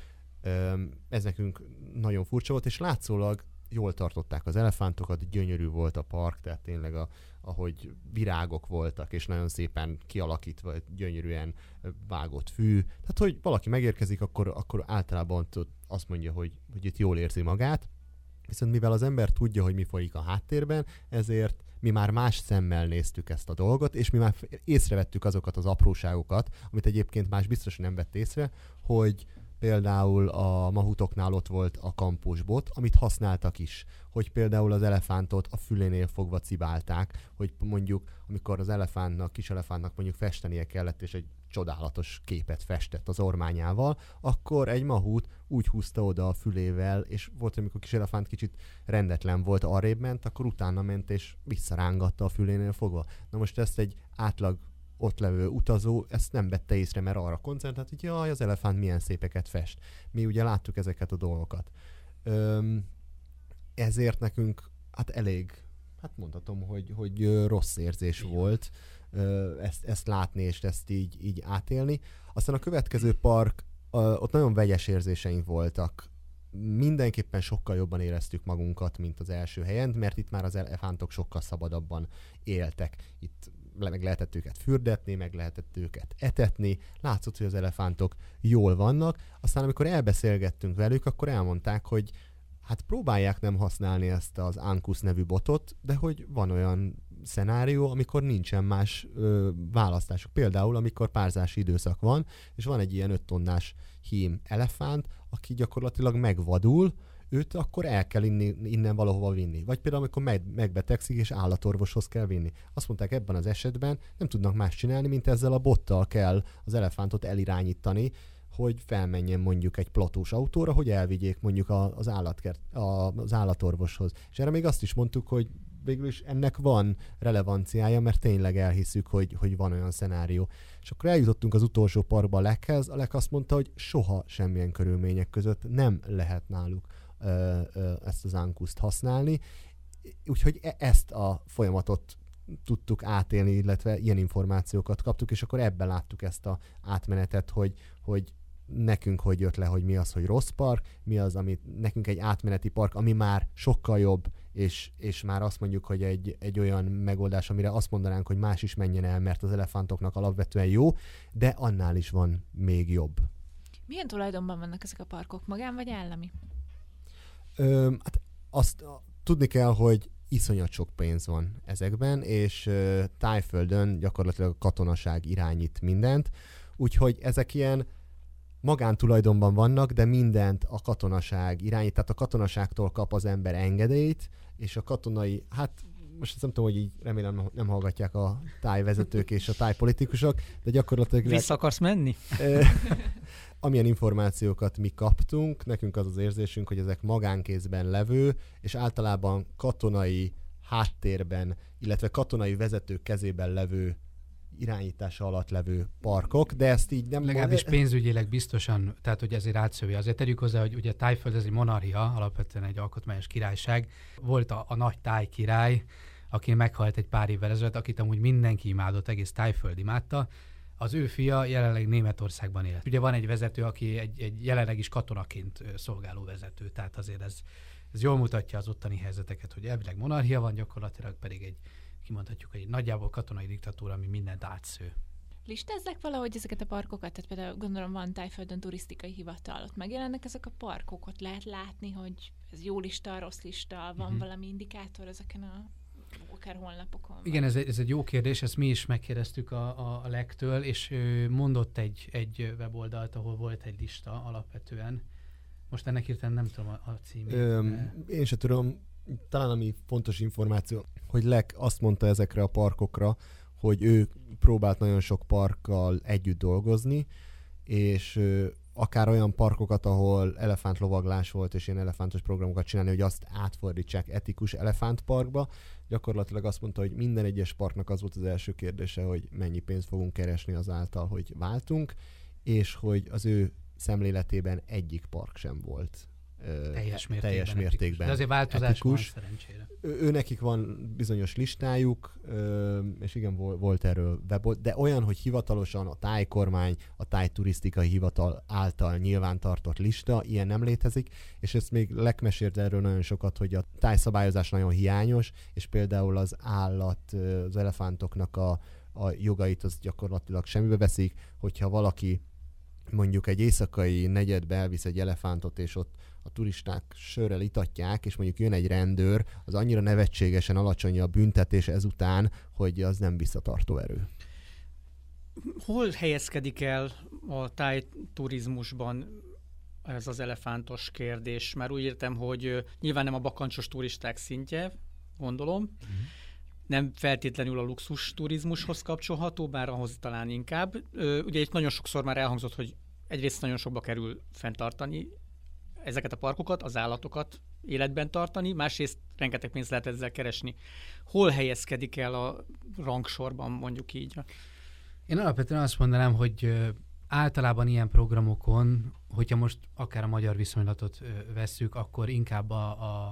Ez nekünk nagyon furcsa volt, és látszólag jól tartották az elefántokat, gyönyörű volt a park, tehát tényleg a, ahogy virágok voltak, és nagyon szépen kialakítva, gyönyörűen vágott fű. Tehát, hogy valaki megérkezik, akkor, akkor általában azt mondja, hogy, hogy itt jól érzi magát, viszont mivel az ember tudja, hogy mi folyik a háttérben, ezért mi már más szemmel néztük ezt a dolgot, és mi már észrevettük azokat az apróságokat, amit egyébként más biztosan nem vett észre, hogy például a mahutoknál ott volt a kampósbot, amit használtak is. Hogy például az elefántot a fülénél fogva cibálták, hogy mondjuk amikor az elefántnak, kis elefántnak mondjuk festenie kellett, és egy csodálatos képet festett az ormányával, akkor egy mahút úgy húzta oda a fülével, és volt, amikor kis elefánt kicsit rendetlen volt, arrébb ment, akkor utána ment, és visszarángatta a fülénél fogva. Na most ezt egy átlag ott levő utazó ezt nem vette észre, mert arra koncentrált, hogy jaj, az elefánt milyen szépeket fest. Mi ugye láttuk ezeket a dolgokat. Öm, ezért nekünk hát elég, hát mondhatom, hogy, hogy rossz érzés Igen. volt ö, ezt, ezt látni és ezt így, így átélni. Aztán a következő park, ö, ott nagyon vegyes érzéseink voltak. Mindenképpen sokkal jobban éreztük magunkat, mint az első helyen, mert itt már az elefántok sokkal szabadabban éltek. Itt meg lehetett őket fürdetni, meg lehetett őket etetni, látszott, hogy az elefántok jól vannak, aztán amikor elbeszélgettünk velük, akkor elmondták, hogy hát próbálják nem használni ezt az Ankus nevű botot, de hogy van olyan szenárió, amikor nincsen más ö, választásuk. Például, amikor párzási időszak van, és van egy ilyen öt tonnás hím elefánt, aki gyakorlatilag megvadul, őt akkor el kell inni, innen valahova vinni. Vagy például, amikor meg, megbetegszik és állatorvoshoz kell vinni. Azt mondták, ebben az esetben nem tudnak más csinálni, mint ezzel a bottal kell az elefántot elirányítani, hogy felmenjen mondjuk egy platós autóra, hogy elvigyék mondjuk az, állatkert, az állatorvoshoz. És erre még azt is mondtuk, hogy végül is ennek van relevanciája, mert tényleg elhiszük, hogy, hogy van olyan szenárió. És akkor eljutottunk az utolsó parkba a Lekhez, a Lek azt mondta, hogy soha semmilyen körülmények között nem lehet náluk ö, ö, ezt az Ankuszt használni. Úgyhogy e- ezt a folyamatot tudtuk átélni, illetve ilyen információkat kaptuk, és akkor ebben láttuk ezt a átmenetet, hogy, hogy nekünk hogy jött le, hogy mi az, hogy rossz park, mi az, ami nekünk egy átmeneti park, ami már sokkal jobb, és, és már azt mondjuk, hogy egy, egy olyan megoldás, amire azt mondanánk, hogy más is menjen el, mert az elefántoknak alapvetően jó, de annál is van még jobb. Milyen tulajdonban vannak ezek a parkok, magán vagy állami? Ö, hát azt tudni kell, hogy iszonyat sok pénz van ezekben, és uh, Tájföldön gyakorlatilag a katonaság irányít mindent, úgyhogy ezek ilyen magántulajdonban vannak, de mindent a katonaság irányít, tehát a katonaságtól kap az ember engedélyt, és a katonai, hát most ezt nem tudom, hogy így remélem nem hallgatják a tájvezetők és a tájpolitikusok, de gyakorlatilag... Vissza akarsz menni? Amilyen információkat mi kaptunk, nekünk az az érzésünk, hogy ezek magánkézben levő, és általában katonai háttérben, illetve katonai vezetők kezében levő irányítása alatt levő parkok, de ezt így nem... Legalábbis pénzügyileg biztosan, tehát hogy ezért átszövi. Azért tegyük hozzá, hogy ugye Tájföld ez egy monarchia, alapvetően egy alkotmányos királyság. Volt a, a nagy táj király, aki meghalt egy pár évvel ezelőtt, akit amúgy mindenki imádott, egész Tájföld imádta. Az ő fia jelenleg Németországban él. Ugye van egy vezető, aki egy, egy jelenleg is katonaként szolgáló vezető, tehát azért ez Ez jól mutatja az ottani helyzeteket, hogy elvileg monarchia van, gyakorlatilag pedig egy, kimondhatjuk, egy nagyjából katonai diktatúra, ami mindent átsző. Listázzák valahogy ezeket a parkokat? Tehát például gondolom van Tájföldön turisztikai hivatal, ott megjelennek ezek a parkok, ott lehet látni, hogy ez jó lista, rossz lista, van uh-huh. valami indikátor ezeken a akár honlapokon? Igen, ez egy, ez egy jó kérdés, ezt mi is megkérdeztük a, a, a legtől, és ő mondott egy, egy weboldalt, ahol volt egy lista alapvetően. Most ennek hirtelen nem tudom a, a címét. Öm, de... Én se tudom, talán ami fontos információ, hogy Lek azt mondta ezekre a parkokra, hogy ő próbált nagyon sok parkkal együtt dolgozni, és ö, akár olyan parkokat, ahol elefántlovaglás volt, és ilyen elefántos programokat csinálni, hogy azt átfordítsák etikus elefántparkba. Gyakorlatilag azt mondta, hogy minden egyes parknak az volt az első kérdése, hogy mennyi pénzt fogunk keresni azáltal, hogy váltunk, és hogy az ő szemléletében egyik park sem volt ö, teljes mértékben, teljes mértékben de azért változás etikus. van szerencsére. Ő, ő nekik van bizonyos listájuk, ö, és igen, volt erről webold, de olyan, hogy hivatalosan a tájkormány, a tájturisztikai hivatal által nyilvántartott lista, ilyen nem létezik, és ezt még Lek mesélt erről nagyon sokat, hogy a tájszabályozás nagyon hiányos, és például az állat, az elefántoknak a, a jogait az gyakorlatilag semmibe veszik, hogyha valaki mondjuk egy éjszakai negyedbe elvisz egy elefántot, és ott a turisták sörrel itatják, és mondjuk jön egy rendőr, az annyira nevetségesen alacsony a büntetés ezután, hogy az nem visszatartó erő. Hol helyezkedik el a tájturizmusban ez az elefántos kérdés? Már úgy értem, hogy nyilván nem a bakancsos turisták szintje, gondolom, uh-huh. nem feltétlenül a luxus turizmushoz kapcsolható, bár ahhoz talán inkább. Ugye itt nagyon sokszor már elhangzott, hogy egyrészt nagyon sokba kerül fenntartani ezeket a parkokat, az állatokat életben tartani, másrészt rengeteg pénzt lehet ezzel keresni. Hol helyezkedik el a rangsorban, mondjuk így? Én alapvetően azt mondanám, hogy általában ilyen programokon, hogyha most akár a magyar viszonylatot vesszük, akkor inkább a, a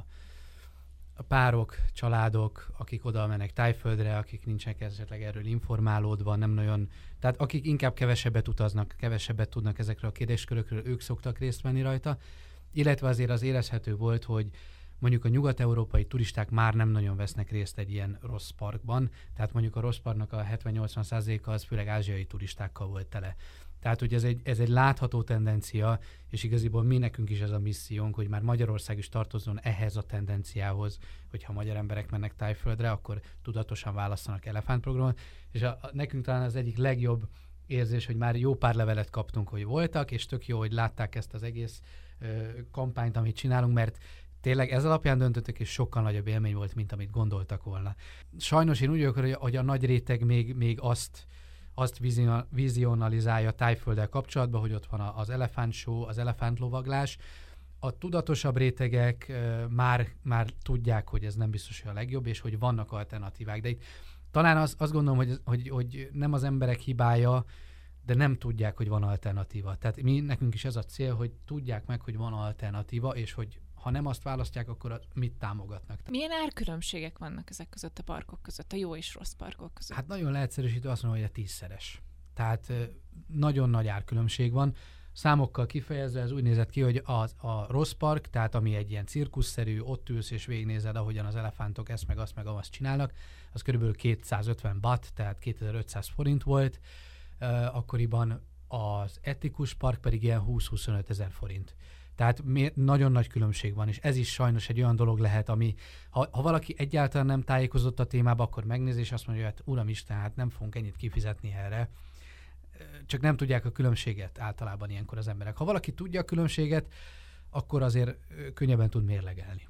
a párok, családok, akik oda mennek Tájföldre, akik nincsenek esetleg erről informálódva, nem nagyon, tehát akik inkább kevesebbet utaznak, kevesebbet tudnak ezekről a kérdéskörökről, ők szoktak részt venni rajta, illetve azért az érezhető volt, hogy mondjuk a nyugat-európai turisták már nem nagyon vesznek részt egy ilyen rossz parkban, tehát mondjuk a rossz parknak a hetven-nyolcvan százaléka az főleg ázsiai turistákkal volt tele. Tehát, hogy ez egy, ez egy látható tendencia, és igaziból mi nekünk is ez a missziónk, hogy már Magyarország is tartozzon ehhez a tendenciához, hogyha magyar emberek mennek Tájföldre, akkor tudatosan választanak elefántprogramot, és a, a, nekünk talán az egyik legjobb érzés, hogy már jó pár levelet kaptunk, hogy voltak, és tök jó, hogy látták ezt az egész ö, kampányt, amit csinálunk, mert tényleg ez alapján döntöttek, és sokkal nagyobb élmény volt, mint amit gondoltak volna. Sajnos én úgy vagyok, hogy, hogy a nagy réteg még, még azt azt vizionalizálja Tájfölddel kapcsolatban, hogy ott van az elefántshow, az elefántlovaglás. A tudatosabb rétegek uh, már, már tudják, hogy ez nem biztos, hogy a legjobb, és hogy vannak alternatívák. De itt talán az, azt gondolom, hogy, hogy, hogy nem az emberek hibája, de nem tudják, hogy van alternatíva. Tehát mi, nekünk is ez a cél, hogy tudják meg, hogy van alternatíva, és hogy ha nem azt választják, akkor mit támogatnak. Milyen árkülönbségek vannak ezek között a parkok között, a jó és rossz parkok között? Hát nagyon leegyszerűsítő azt mondom, hogy a tízszeres. Tehát nagyon nagy árkülönbség van. Számokkal kifejezve ez úgy nézett ki, hogy az, a rossz park, tehát ami egy ilyen cirkuszszerű, ott ülsz és végignézed, ahogyan az elefántok ezt meg azt meg azt csinálnak, az körülbelül kétszázötven baht, tehát kétezer-ötszáz forint volt. Uh, akkoriban az etikus park pedig ilyen húsz-huszonöt ezer forint. Tehát nagyon nagy különbség van, és ez is sajnos egy olyan dolog lehet, ami, ha, ha valaki egyáltalán nem tájékozott a témába, akkor megnézi, és azt mondja, hogy hát uramisten, hát nem fogunk ennyit kifizetni erre. Csak nem tudják a különbséget általában ilyenkor az emberek. Ha valaki tudja a különbséget, akkor azért könnyebben tud mérlegelni.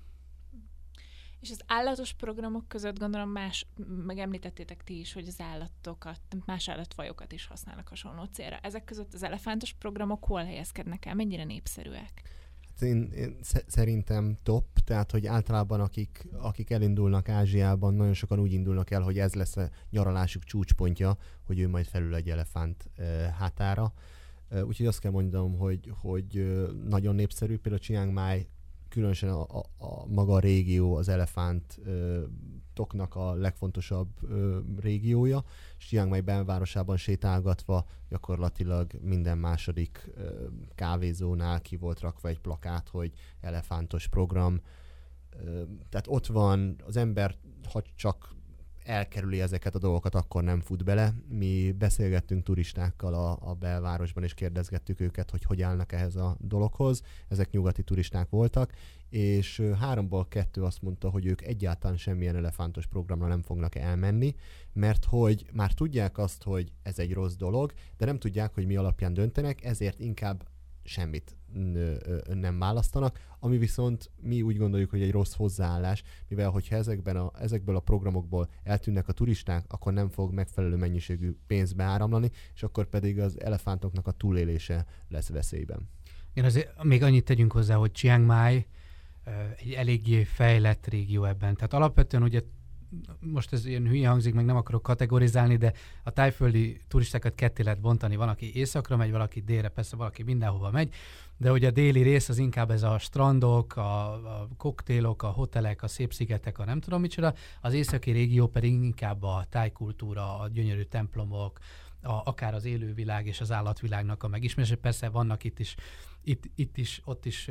És az állatos programok között gondolom más, megemlítettétek ti is, hogy az állatokat, más állatfajokat is használnak hasonló célra. Ezek között az elefántos programok hol helyezkednek el? Mennyire népszerűek? Hát én, én szerintem top, tehát hogy általában akik, akik elindulnak Ázsiában, nagyon sokan úgy indulnak el, hogy ez lesz a nyaralásuk csúcspontja, hogy ő majd felül egy elefánt e, hátára. E, úgyhogy azt kell mondanom, hogy, hogy nagyon népszerű, például Chiang Mai, különösen a, a, a maga a régió, az elefántoknak a legfontosabb ö, régiója. Chiang Mai belvárosában sétálgatva gyakorlatilag minden második ö, kávézónál ki volt rakva egy plakát, hogy elefántos program. Tehát ott van az ember, ha csak elkerüli ezeket a dolgokat, akkor nem fut bele. Mi beszélgettünk turistákkal a, a belvárosban, és kérdezgettük őket, hogy hogy állnak ehhez a dologhoz. Ezek nyugati turisták voltak, és háromból kettő azt mondta, hogy ők egyáltalán semmilyen elefántos programra nem fognak elmenni, mert hogy már tudják azt, hogy ez egy rossz dolog, de nem tudják, hogy mi alapján döntenek, ezért inkább semmit nem választanak, ami viszont mi úgy gondoljuk, hogy egy rossz hozzáállás, mivel hogyha ezekben a, ezekből a programokból eltűnnek a turisták, akkor nem fog megfelelő mennyiségű pénz beáramlani, és akkor pedig az elefántoknak a túlélése lesz veszélyben. Én azért még annyit tegyünk hozzá, hogy Chiang Mai egy eléggé fejlett régió ebben. Tehát alapvetően ugye most ez ilyen hülye hangzik, meg nem akarok kategorizálni, de a tájföldi turistákat ketté lehet bontani. Van, aki északra megy, valaki délre, persze valaki mindenhova megy, de ugye a déli rész az inkább ez a strandok, a, a koktélok, a hotelek, a szép szigetek, a nem tudom micsoda, az északi régió pedig inkább a tájkultúra, a gyönyörű templomok, a, akár az élővilág és az állatvilágnak a megismerése. Persze vannak itt is, itt, itt is, ott is ö,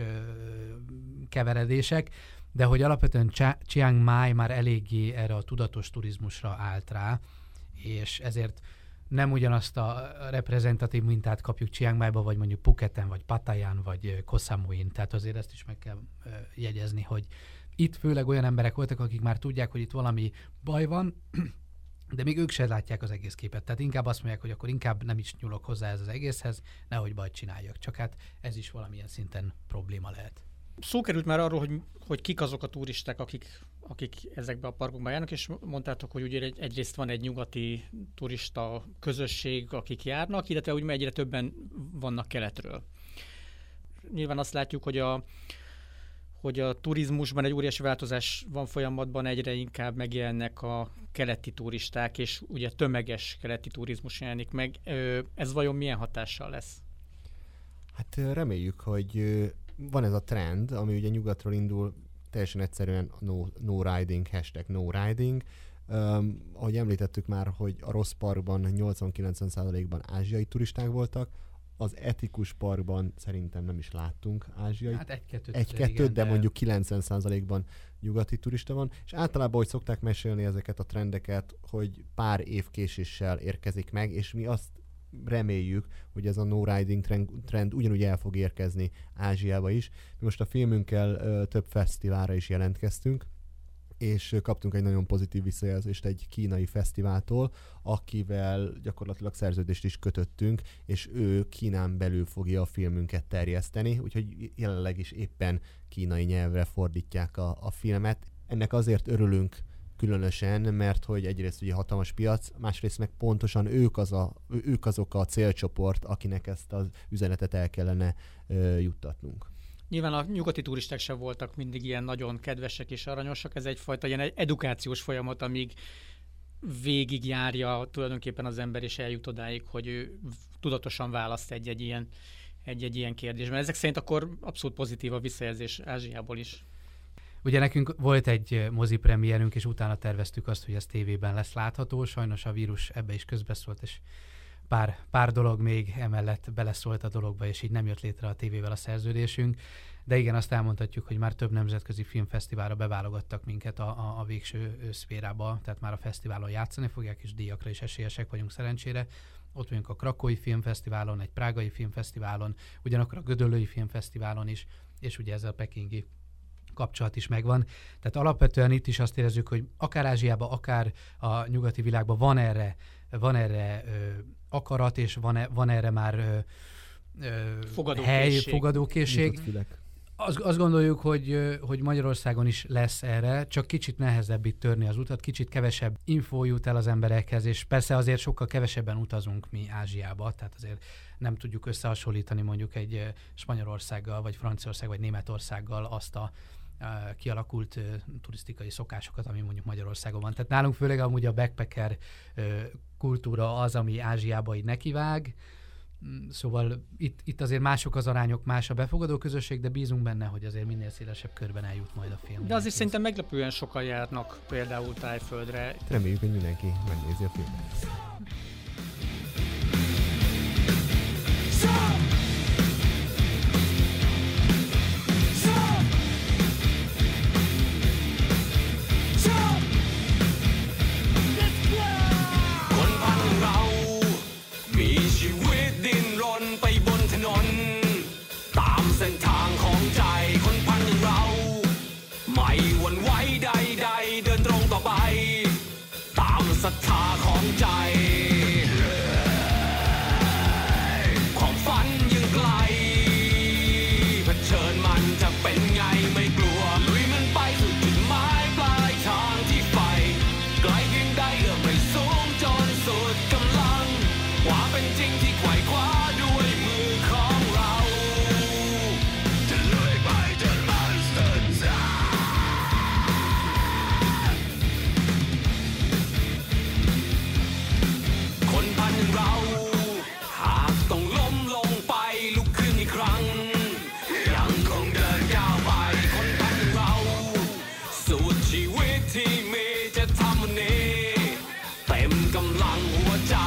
keveredések, de hogy alapvetően Chiang Mai már eléggé erre a tudatos turizmusra állt rá, és ezért nem ugyanazt a reprezentatív mintát kapjuk Chiang Mai-ba, vagy mondjuk Phuketen, vagy Pattayán, vagy Koh Samuin. Tehát azért ezt is meg kell ö, jegyezni, hogy itt főleg olyan emberek voltak, akik már tudják, hogy itt valami baj van, de még ők sem látják az egész képet. Tehát inkább azt mondják, hogy akkor inkább nem is nyúlok hozzá ez az egészhez, nehogy bajt csináljak. Csak hát ez is valamilyen szinten probléma lehet. Szó került már arról, hogy, hogy kik azok a turisták, akik, akik ezekbe a parkokba járnak, és mondtátok, hogy ugye egy, egyrészt van egy nyugati turista közösség, akik járnak, illetve úgy egyre többen vannak keletről. Nyilván azt látjuk, hogy a, hogy a turizmusban egy óriási változás van folyamatban, egyre inkább megjelennek a keleti turisták, és ugye tömeges keleti turizmus jelenik meg. Ez vajon milyen hatással lesz? Hát reméljük, hogy van ez a trend, ami ugye nyugatról indul, teljesen egyszerűen no, no riding, hashtag no riding. Um, ahogy említettük már, hogy a rossz parkban nyolcvan-kilencven százalékban ázsiai turisták voltak, az etikus parkban szerintem nem is láttunk ázsiai. Hát egy-kettőt, egy-kettőt de, de mondjuk kilencven százalékban nyugati turista van, és általában, hogy szokták mesélni ezeket a trendeket, hogy pár év késéssel érkezik meg, és mi azt reméljük, hogy ez a no riding trend, trend ugyanúgy el fog érkezni Ázsiába is. Mi most a filmünkkel ö, több fesztiválra is jelentkeztünk, és ö, kaptunk egy nagyon pozitív visszajelzést egy kínai fesztiváltól, akivel gyakorlatilag szerződést is kötöttünk, és ő Kínán belül fogja a filmünket terjeszteni, úgyhogy jelenleg is éppen kínai nyelvre fordítják a, a filmet. Ennek azért örülünk különösen, mert hogy egyrészt ugye hatalmas piac, másrészt meg pontosan ők, az a, ők azok a célcsoport, akinek ezt az üzenetet el kellene ö, juttatnunk. Nyilván a nyugati turisták sem voltak mindig ilyen nagyon kedvesek és aranyosak, ez egyfajta ilyen edukációs folyamat, amíg végigjárja tulajdonképpen az ember, és eljut odáig, hogy ő tudatosan választ egy-egy ilyen, egy-egy ilyen kérdésben. Ezek szerint akkor abszolút pozitív a visszajelzés Ázsiából is. Ugye nekünk volt egy mozipremierünk, és utána terveztük azt, hogy ez tévében lesz látható. Sajnos a vírus ebbe is közbeszólt, és pár, pár dolog még emellett beleszólt a dologba, és így nem jött létre a tévével a szerződésünk. De igen, azt elmondhatjuk, hogy már több nemzetközi filmfesztiválra beválogattak minket a, a, a végső szférába, tehát már a fesztiválon játszani fogják, és díjakra is esélyesek vagyunk szerencsére. Ott vagyunk a Krakói Filmfesztiválon, egy Prágai Filmfesztiválon, ugyanakkor a Gödöllői Filmfesztiválon is, és ugye ezzel a pekingi kapcsolat is megvan. Tehát alapvetően itt is azt érezzük, hogy akár Ázsiában, akár a nyugati világban van erre, van erre ö, akarat, és van, e, van erre már ö, ö, fogadókészség. hely, fogadókészség. Azt, azt gondoljuk, hogy, hogy Magyarországon is lesz erre, csak kicsit nehezebb itt törni az utat, kicsit kevesebb infó jut el az emberekhez, és persze azért sokkal kevesebben utazunk mi Ázsiába, tehát azért nem tudjuk összehasonlítani mondjuk egy Spanyolországgal, vagy Franciaország, vagy Németországgal azt a kialakult uh, turisztikai szokásokat, ami mondjuk Magyarországon van. Tehát nálunk főleg amúgy a backpacker uh, kultúra az, ami Ázsiába így nekivág. Szóval itt, itt azért mások az arányok, más a befogadó közösség, de bízunk benne, hogy azért minél szélesebb körben eljut majd a film. De azért szerintem meglepően sokan járnak például Tájföldre. Reméljük, hogy mindenki megnézi a filmet. ศรัทธาของใจความฝันยังไกลเผชิญมันจะเป็นไงไม่กลัวลุยมันไปสู่จุดหมายปลายทางที่ไฟไกลเพียงใดเอื้อมไปสูงจนสุดกำลังความเป็นจริงที่ไขว่คว้าด้วยมือของเราจะลุยไปจนมันสุดทางคนพันอย่างเราหากต้องล้มลงไปลุกขึ้นอีกครั้งยังคงเดินก้าวไปคนพันอย่างเราสู้ชีวิตที่มีจะทำวันนี้เต็มกำลังหัวใจ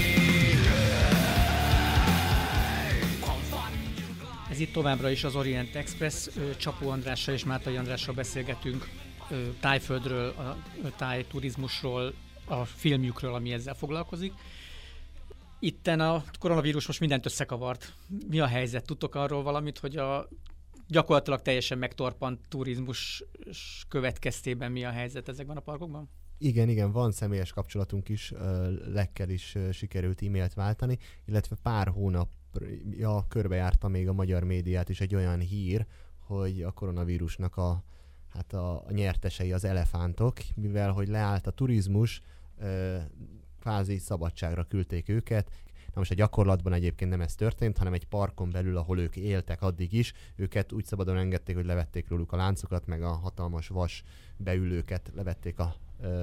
ความฝันยังไกล Ez itt továbbra is az Orient Express. Ö, Csapó Andrással és Mátai Andrással beszélgetünk ö, tájföldről, a tájturizmusról, a filmjükről, ami ezzel foglalkozik. Itten a koronavírus most mindent összekavart. Mi a helyzet? Tudtok arról valamit, hogy a gyakorlatilag teljesen megtorpant turizmus következtében mi a helyzet ezekben a parkokban? Igen, igen, van személyes kapcsolatunk is, Lekkel is sikerült e-mailt váltani, illetve pár hónapja körbejárta még a magyar médiát is egy olyan hír, hogy a koronavírusnak a, hát a, a nyertesei az elefántok, mivel hogy leállt a turizmus, kvázi szabadságra küldték őket. Na most a gyakorlatban egyébként nem ez történt, hanem egy parkon belül, ahol ők éltek addig is, őket úgy szabadon engedték, hogy levették róluk a láncokat, meg a hatalmas vas beülőket levették a,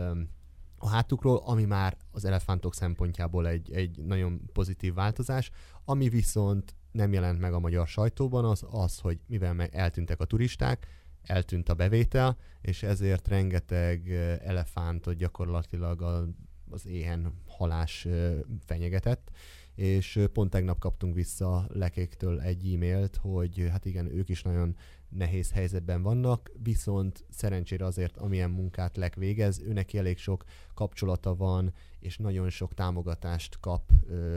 a hátukról, ami már az elefántok szempontjából egy, egy nagyon pozitív változás, ami viszont nem jelent meg a magyar sajtóban, az az, hogy mivel meg eltűntek a turisták, eltűnt a bevétel, és ezért rengeteg elefántot gyakorlatilag a az éhen halás fenyegetett, és pont tegnap kaptunk vissza Lekéktől egy e-mailt, hogy hát igen, ők is nagyon nehéz helyzetben vannak, viszont szerencsére azért, amilyen munkát Lek végez, ő neki elég sok kapcsolata van, és nagyon sok támogatást kap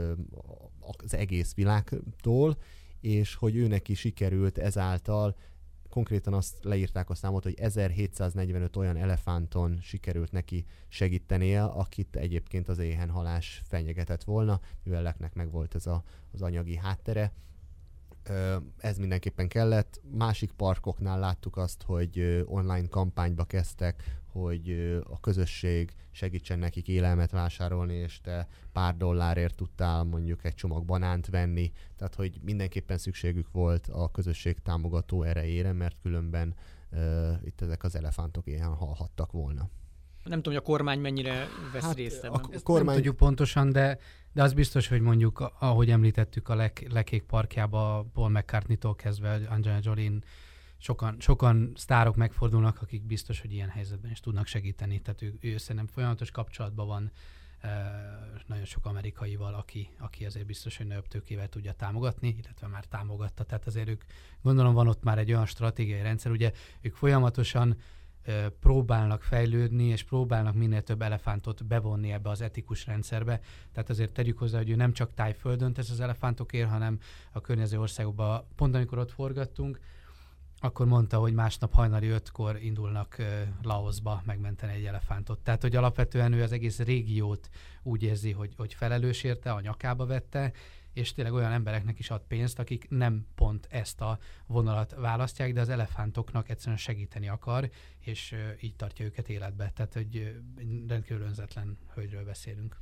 az egész világtól, és hogy ő neki sikerült ezáltal, konkrétan azt leírták a számot, hogy ezerhétszáznegyvenöt olyan elefánton sikerült neki segítenie, akit egyébként az éhenhalás fenyegetett volna, mivel Leknek meg volt ez a, az anyagi háttere. Ez mindenképpen kellett. Másik parkoknál láttuk azt, hogy online kampányba kezdtek, hogy a közösség segítsen nekik élelmet vásárolni, és te pár dollárért tudtál mondjuk egy csomag banánt venni. Tehát, hogy mindenképpen szükségük volt a közösség támogató erejére, mert különben uh, itt ezek az elefántok éhen halhattak volna. Nem tudom, hogy a kormány mennyire vesz hát részt ebben. A kormány... Nem tudjuk pontosan, de, de az biztos, hogy mondjuk, ahogy említettük, a Lek, Lekék parkjába Paul McCartney-tól kezdve Angelina Jolie, sokan, sokan sztárok megfordulnak, akik biztos, hogy ilyen helyzetben is tudnak segíteni. Tehát ő, ő szerintem folyamatos kapcsolatban van e, nagyon sok amerikaival, aki, aki azért biztos, hogy nagyobb tőkével tudja támogatni, illetve már támogatta. Tehát azért ők, gondolom van ott már egy olyan stratégiai rendszer, ugye ők folyamatosan e, próbálnak fejlődni, és próbálnak minél több elefántot bevonni ebbe az etikus rendszerbe. Tehát azért tegyük hozzá, hogy ő nem csak Tájföldön tesz az elefántokért, hanem a környező országokban. Pont amikor ott forgattunk, akkor mondta, hogy másnap hajnali ötkor indulnak uh, Laoszba megmenteni egy elefántot. Tehát, hogy alapvetően ő az egész régiót úgy érzi, hogy, hogy felelős érte, a nyakába vette, és tényleg olyan embereknek is ad pénzt, akik nem pont ezt a vonalat választják, de az elefántoknak egyszerűen segíteni akar, és uh, így tartja őket életbe. Tehát, hogy uh, egy rendkívül önzetlen hölgyről beszélünk.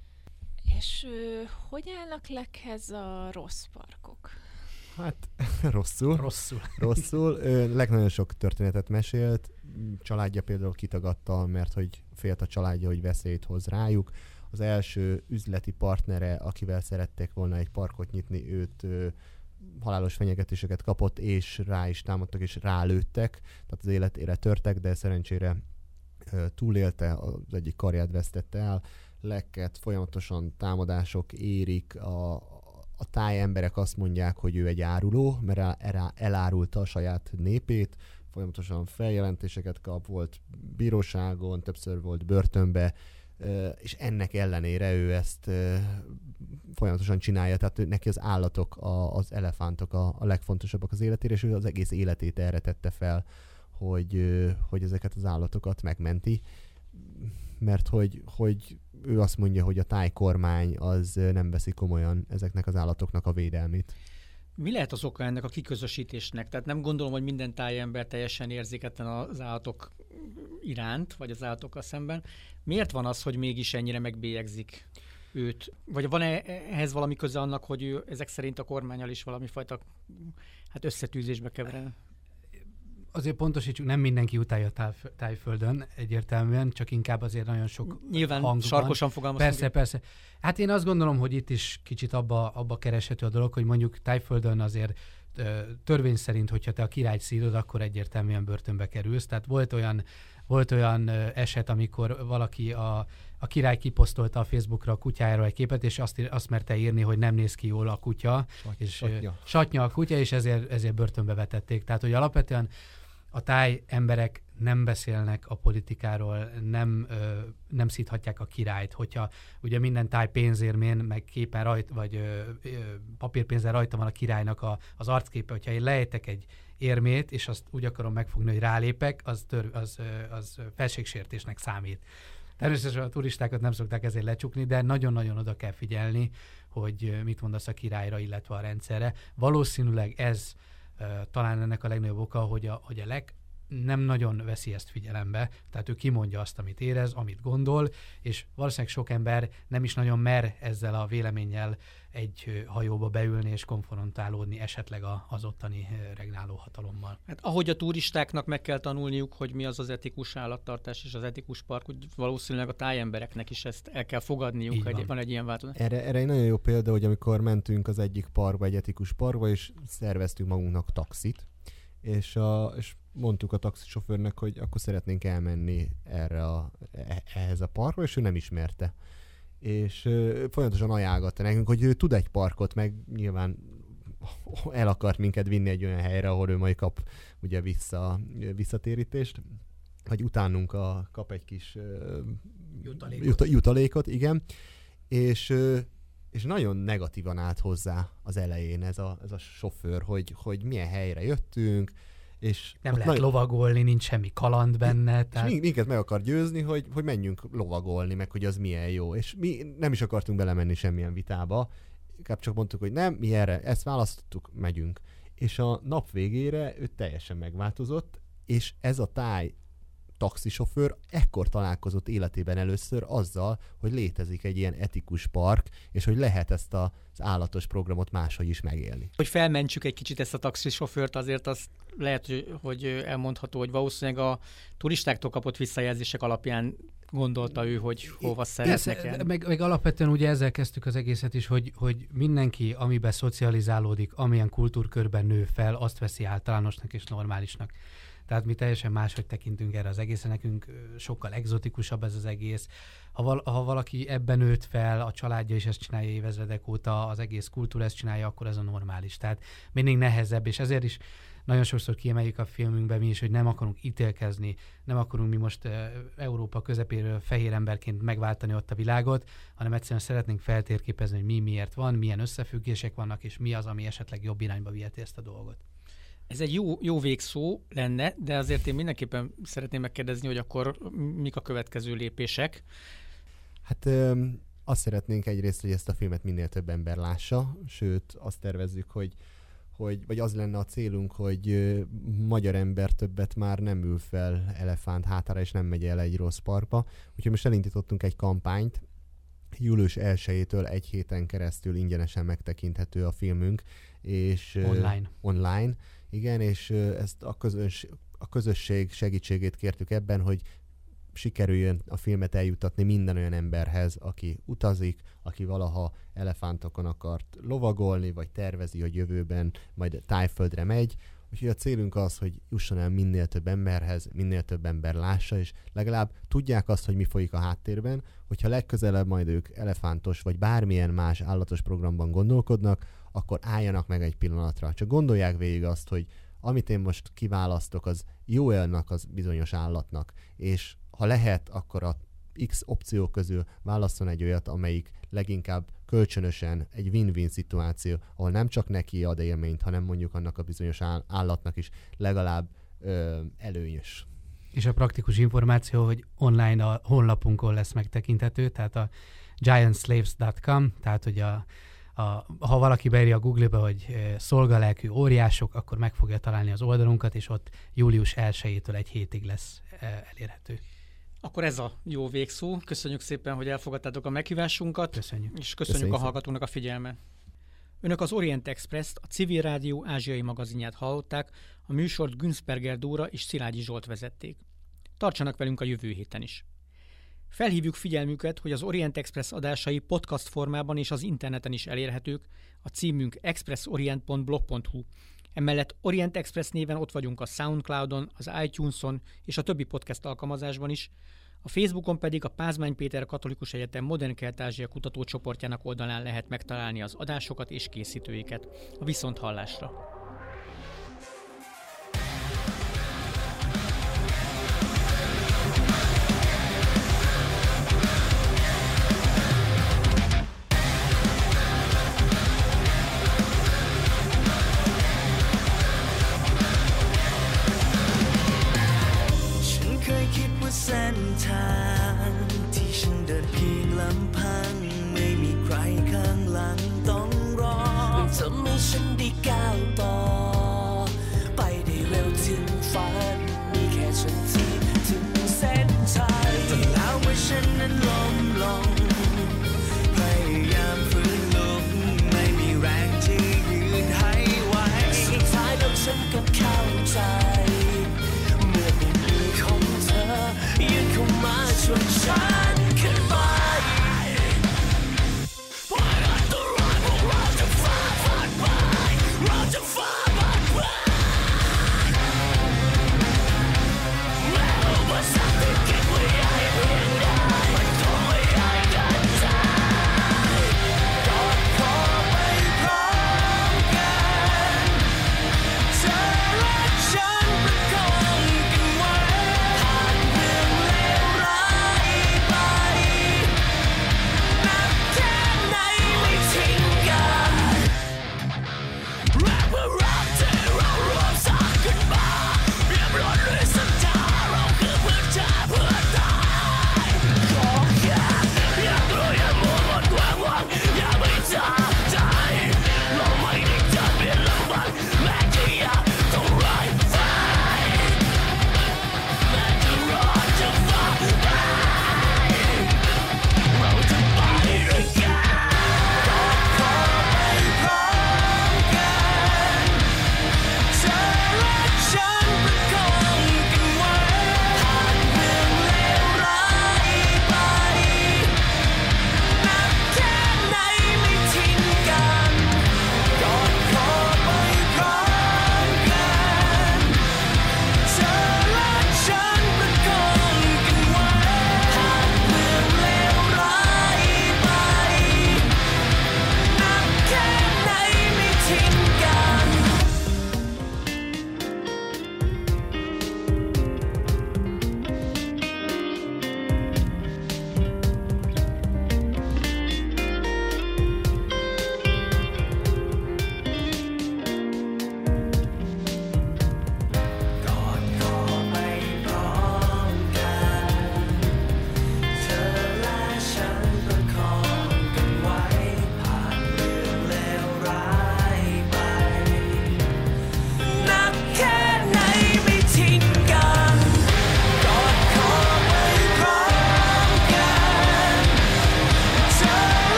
És uh, hogy állnak Lekhez a rossz parkok? Hát rosszul. Rosszul. Rosszul. Lek nagyon sok történetet mesélt. Családja például kitagadta, mert hogy félt a családja, hogy veszélyt hoz rájuk. Az első üzleti partnere, akivel szerették volna egy parkot nyitni, őt ö, halálos fenyegetéseket kapott, és rá is támadtak, és rálőttek. Tehát az életére törtek, de szerencsére ö, túlélte, az egyik karját vesztette el. Leket folyamatosan támadások érik, a A táj emberek azt mondják, hogy ő egy áruló, mert elárulta a saját népét, folyamatosan feljelentéseket kap, volt bíróságon, többször volt börtönbe, és ennek ellenére ő ezt folyamatosan csinálja, tehát neki az állatok, az elefántok a, a legfontosabbak az életére, és ő az egész életét erre tette fel, hogy, hogy ezeket az állatokat megmenti. mert hogy, hogy ő azt mondja, hogy a táj kormány az nem veszi komolyan ezeknek az állatoknak a védelmét. Mi lehet az oka ennek a kiközösítésnek? Tehát nem gondolom, hogy minden tájember teljesen érzéketlen az állatok iránt, vagy az állatokkal szemben. Miért van az, hogy mégis ennyire megbélyegzik őt? Vagy van-e ehhez valami köze annak, hogy ő ezek szerint a kormánnyal is valami fajta hát összetűzésbe keverene? Azért pontosítsuk, nem mindenki utálja a táj- tájföldön egyértelműen, csak inkább azért nagyon sok Nyilván hang sarkosan van. fogalmazunk. Persze, persze. Hát én azt gondolom, hogy itt is kicsit abba, abba kereshető a dolog, hogy mondjuk tájföldön azért törvény szerint, hogyha te a királyt szídod, akkor egyértelműen börtönbe kerülsz. Tehát volt olyan, volt olyan eset, amikor valaki a, a király kiposztolta a Facebookra a kutyájáról egy képet, és azt, azt merte írni, hogy nem néz ki jól a kutya, Sat, és satnya. satnya a kutya, és ezért, ezért börtönbe vetették. Tehát, hogy alapvetően a táj emberek nem beszélnek a politikáról, nem, ö, nem szíthatják a királyt. Hogyha ugye minden táj pénzérmén, meg képen rajt, vagy ö, ö, papírpénzen rajta van a királynak a, az arcképe, hogyha én lejtek egy érmét, és azt úgy akarom megfogni, hogy rálépek, az, tör, az, ö, az felségsértésnek számít. Természetesen a turistákat nem szokták ezért lecsukni, de nagyon-nagyon oda kell figyelni, hogy mit mondasz a királyra, illetve a rendszerre. Valószínűleg ez uh, talán ennek a legnagyobb oka, hogy a, hogy a leg nem nagyon veszi ezt figyelembe, tehát ő kimondja azt, amit érez, amit gondol, és valószínűleg sok ember nem is nagyon mer ezzel a véleménnyel egy hajóba beülni és konfrontálódni esetleg a, az ottani regnáló hatalommal. Hát ahogy a turistáknak meg kell tanulniuk, hogy mi az az etikus állattartás és az etikus park, úgy valószínűleg a tájembereknek is ezt el kell fogadniuk, hogy van egy ilyen változás. Erre, erre egy nagyon jó példa, hogy amikor mentünk az egyik parkba, egy etikus parkba, és szerveztünk magunknak taxit, és, a, és mondtuk a taxisofőrnek, hogy akkor szeretnénk elmenni erre a, ehhez a parkba, és ő nem ismerte. És ö, folyamatosan ajánlgatta nekünk, hogy ő tud egy parkot, meg nyilván el akart minket vinni egy olyan helyre, ahol ő majd kap ugye vissza, visszatérítést, vagy utánunk a, kap egy kis ö, jutalékot. Jut, jutalékot, igen. És ö, és nagyon negatívan állt hozzá az elején ez a, ez a sofőr, hogy, hogy milyen helyre jöttünk, és nem lehet nagyon... lovagolni, nincs semmi kaland benne. Tehát... És minket meg akar győzni, hogy, hogy menjünk lovagolni, meg hogy az milyen jó. És mi nem is akartunk belemenni semmilyen vitába, inkább csak mondtuk, hogy nem, mi erre, ezt választottuk, megyünk. És a nap végére ő teljesen megváltozott, és ez a táj taxisofőr ekkor találkozott életében először azzal, hogy létezik egy ilyen etikus park, és hogy lehet ezt az állatos programot máshogy is megélni. Hogy felmentsük egy kicsit ezt a taxisofőrt, azért az lehet, hogy elmondható, hogy valószínűleg a turistáktól kapott visszajelzések alapján gondolta ő, hogy hova szeretnek el. Meg, meg alapvetően ugye ezzel kezdtük az egészet is, hogy, hogy mindenki, amiben szocializálódik, amilyen kultúrkörben nő fel, azt veszi általánosnak és normálisnak. Tehát mi teljesen máshogy tekintünk erre az egészre, nekünk sokkal egzotikusabb ez az egész. Ha, val- ha valaki ebben nőtt fel, a családja is ezt csinálja évezredek óta, az egész kultúra ezt csinálja, akkor ez a normális. Tehát mindig nehezebb, és ezért is nagyon sokszor kiemeljük a filmünkben mi is, hogy nem akarunk ítélkezni, nem akarunk mi most uh, Európa közepéről fehér emberként megváltani ott a világot, hanem egyszerűen szeretnénk feltérképezni, hogy mi miért van, milyen összefüggések vannak, és mi az, ami esetleg jobb irányba viheti ezt a dolgot. Ez egy jó, jó végszó lenne, de azért én mindenképpen szeretném megkérdezni, hogy akkor mik a következő lépések. Hát ö, azt szeretnénk egyrészt, hogy ezt a filmet minél több ember lássa, sőt azt tervezzük, hogy, hogy vagy az lenne a célunk, hogy ö, magyar ember többet már nem ül fel elefánt hátára, és nem megy el egy rossz parkba. Úgyhogy most elindítottunk egy kampányt, július elsejétől egy héten keresztül ingyenesen megtekinthető a filmünk. És, online. Ö, online. Igen, és ezt a, közöns, a közösség segítségét kértük ebben, hogy sikerüljön a filmet eljutatni minden olyan emberhez, aki utazik, aki valaha elefántokon akart lovagolni, vagy tervezi, hogy jövőben majd Tájföldre megy. Úgyhogy a célunk az, hogy jusson el minél több emberhez, minél több ember lássa, és legalább tudják azt, hogy mi folyik a háttérben, hogyha legközelebb majd ők elefántos, vagy bármilyen más állatos programban gondolkodnak, akkor álljanak meg egy pillanatra. Csak gondolják végig azt, hogy amit én most kiválasztok, az jó annak az bizonyos állatnak, és ha lehet, akkor a X opció közül válasszon egy olyat, amelyik leginkább kölcsönösen egy win-win szituáció, ahol nem csak neki ad élményt, hanem mondjuk annak a bizonyos állatnak is legalább ö, előnyös. És a praktikus információ, hogy online a honlapunkon lesz megtekinthető, tehát a giant slaves dot com, tehát hogy a, a, ha valaki beírja a Google-be, hogy szolgalelkű óriások, akkor meg fogja találni az oldalunkat, és ott július elsejétől egy hétig lesz elérhető. Akkor ez a jó végszó. Köszönjük szépen, hogy elfogadtátok a meghívásunkat. Köszönjük. És köszönjük, köszönjük a hallgatónak a figyelmet. Önök az Orient Express-t, a Civil Rádió ázsiai magazinját hallották, a műsort Günzberger Dóra és Szilágyi Zsolt vezették. Tartsanak velünk a jövő héten is. Felhívjuk figyelmüket, hogy az Orient Express adásai podcast formában és az interneten is elérhetők, a címünk expressorient pont blog pont hu. Emellett Orient Express néven ott vagyunk a SoundCloudon, az iTunes-on és a többi podcast alkalmazásban is, a Facebookon pedig a Pázmány Péter Katolikus Egyetem Modern Kelet-Ázsia kutatócsoportjának oldalán lehet megtalálni az adásokat és készítőiket. A viszonthallásra!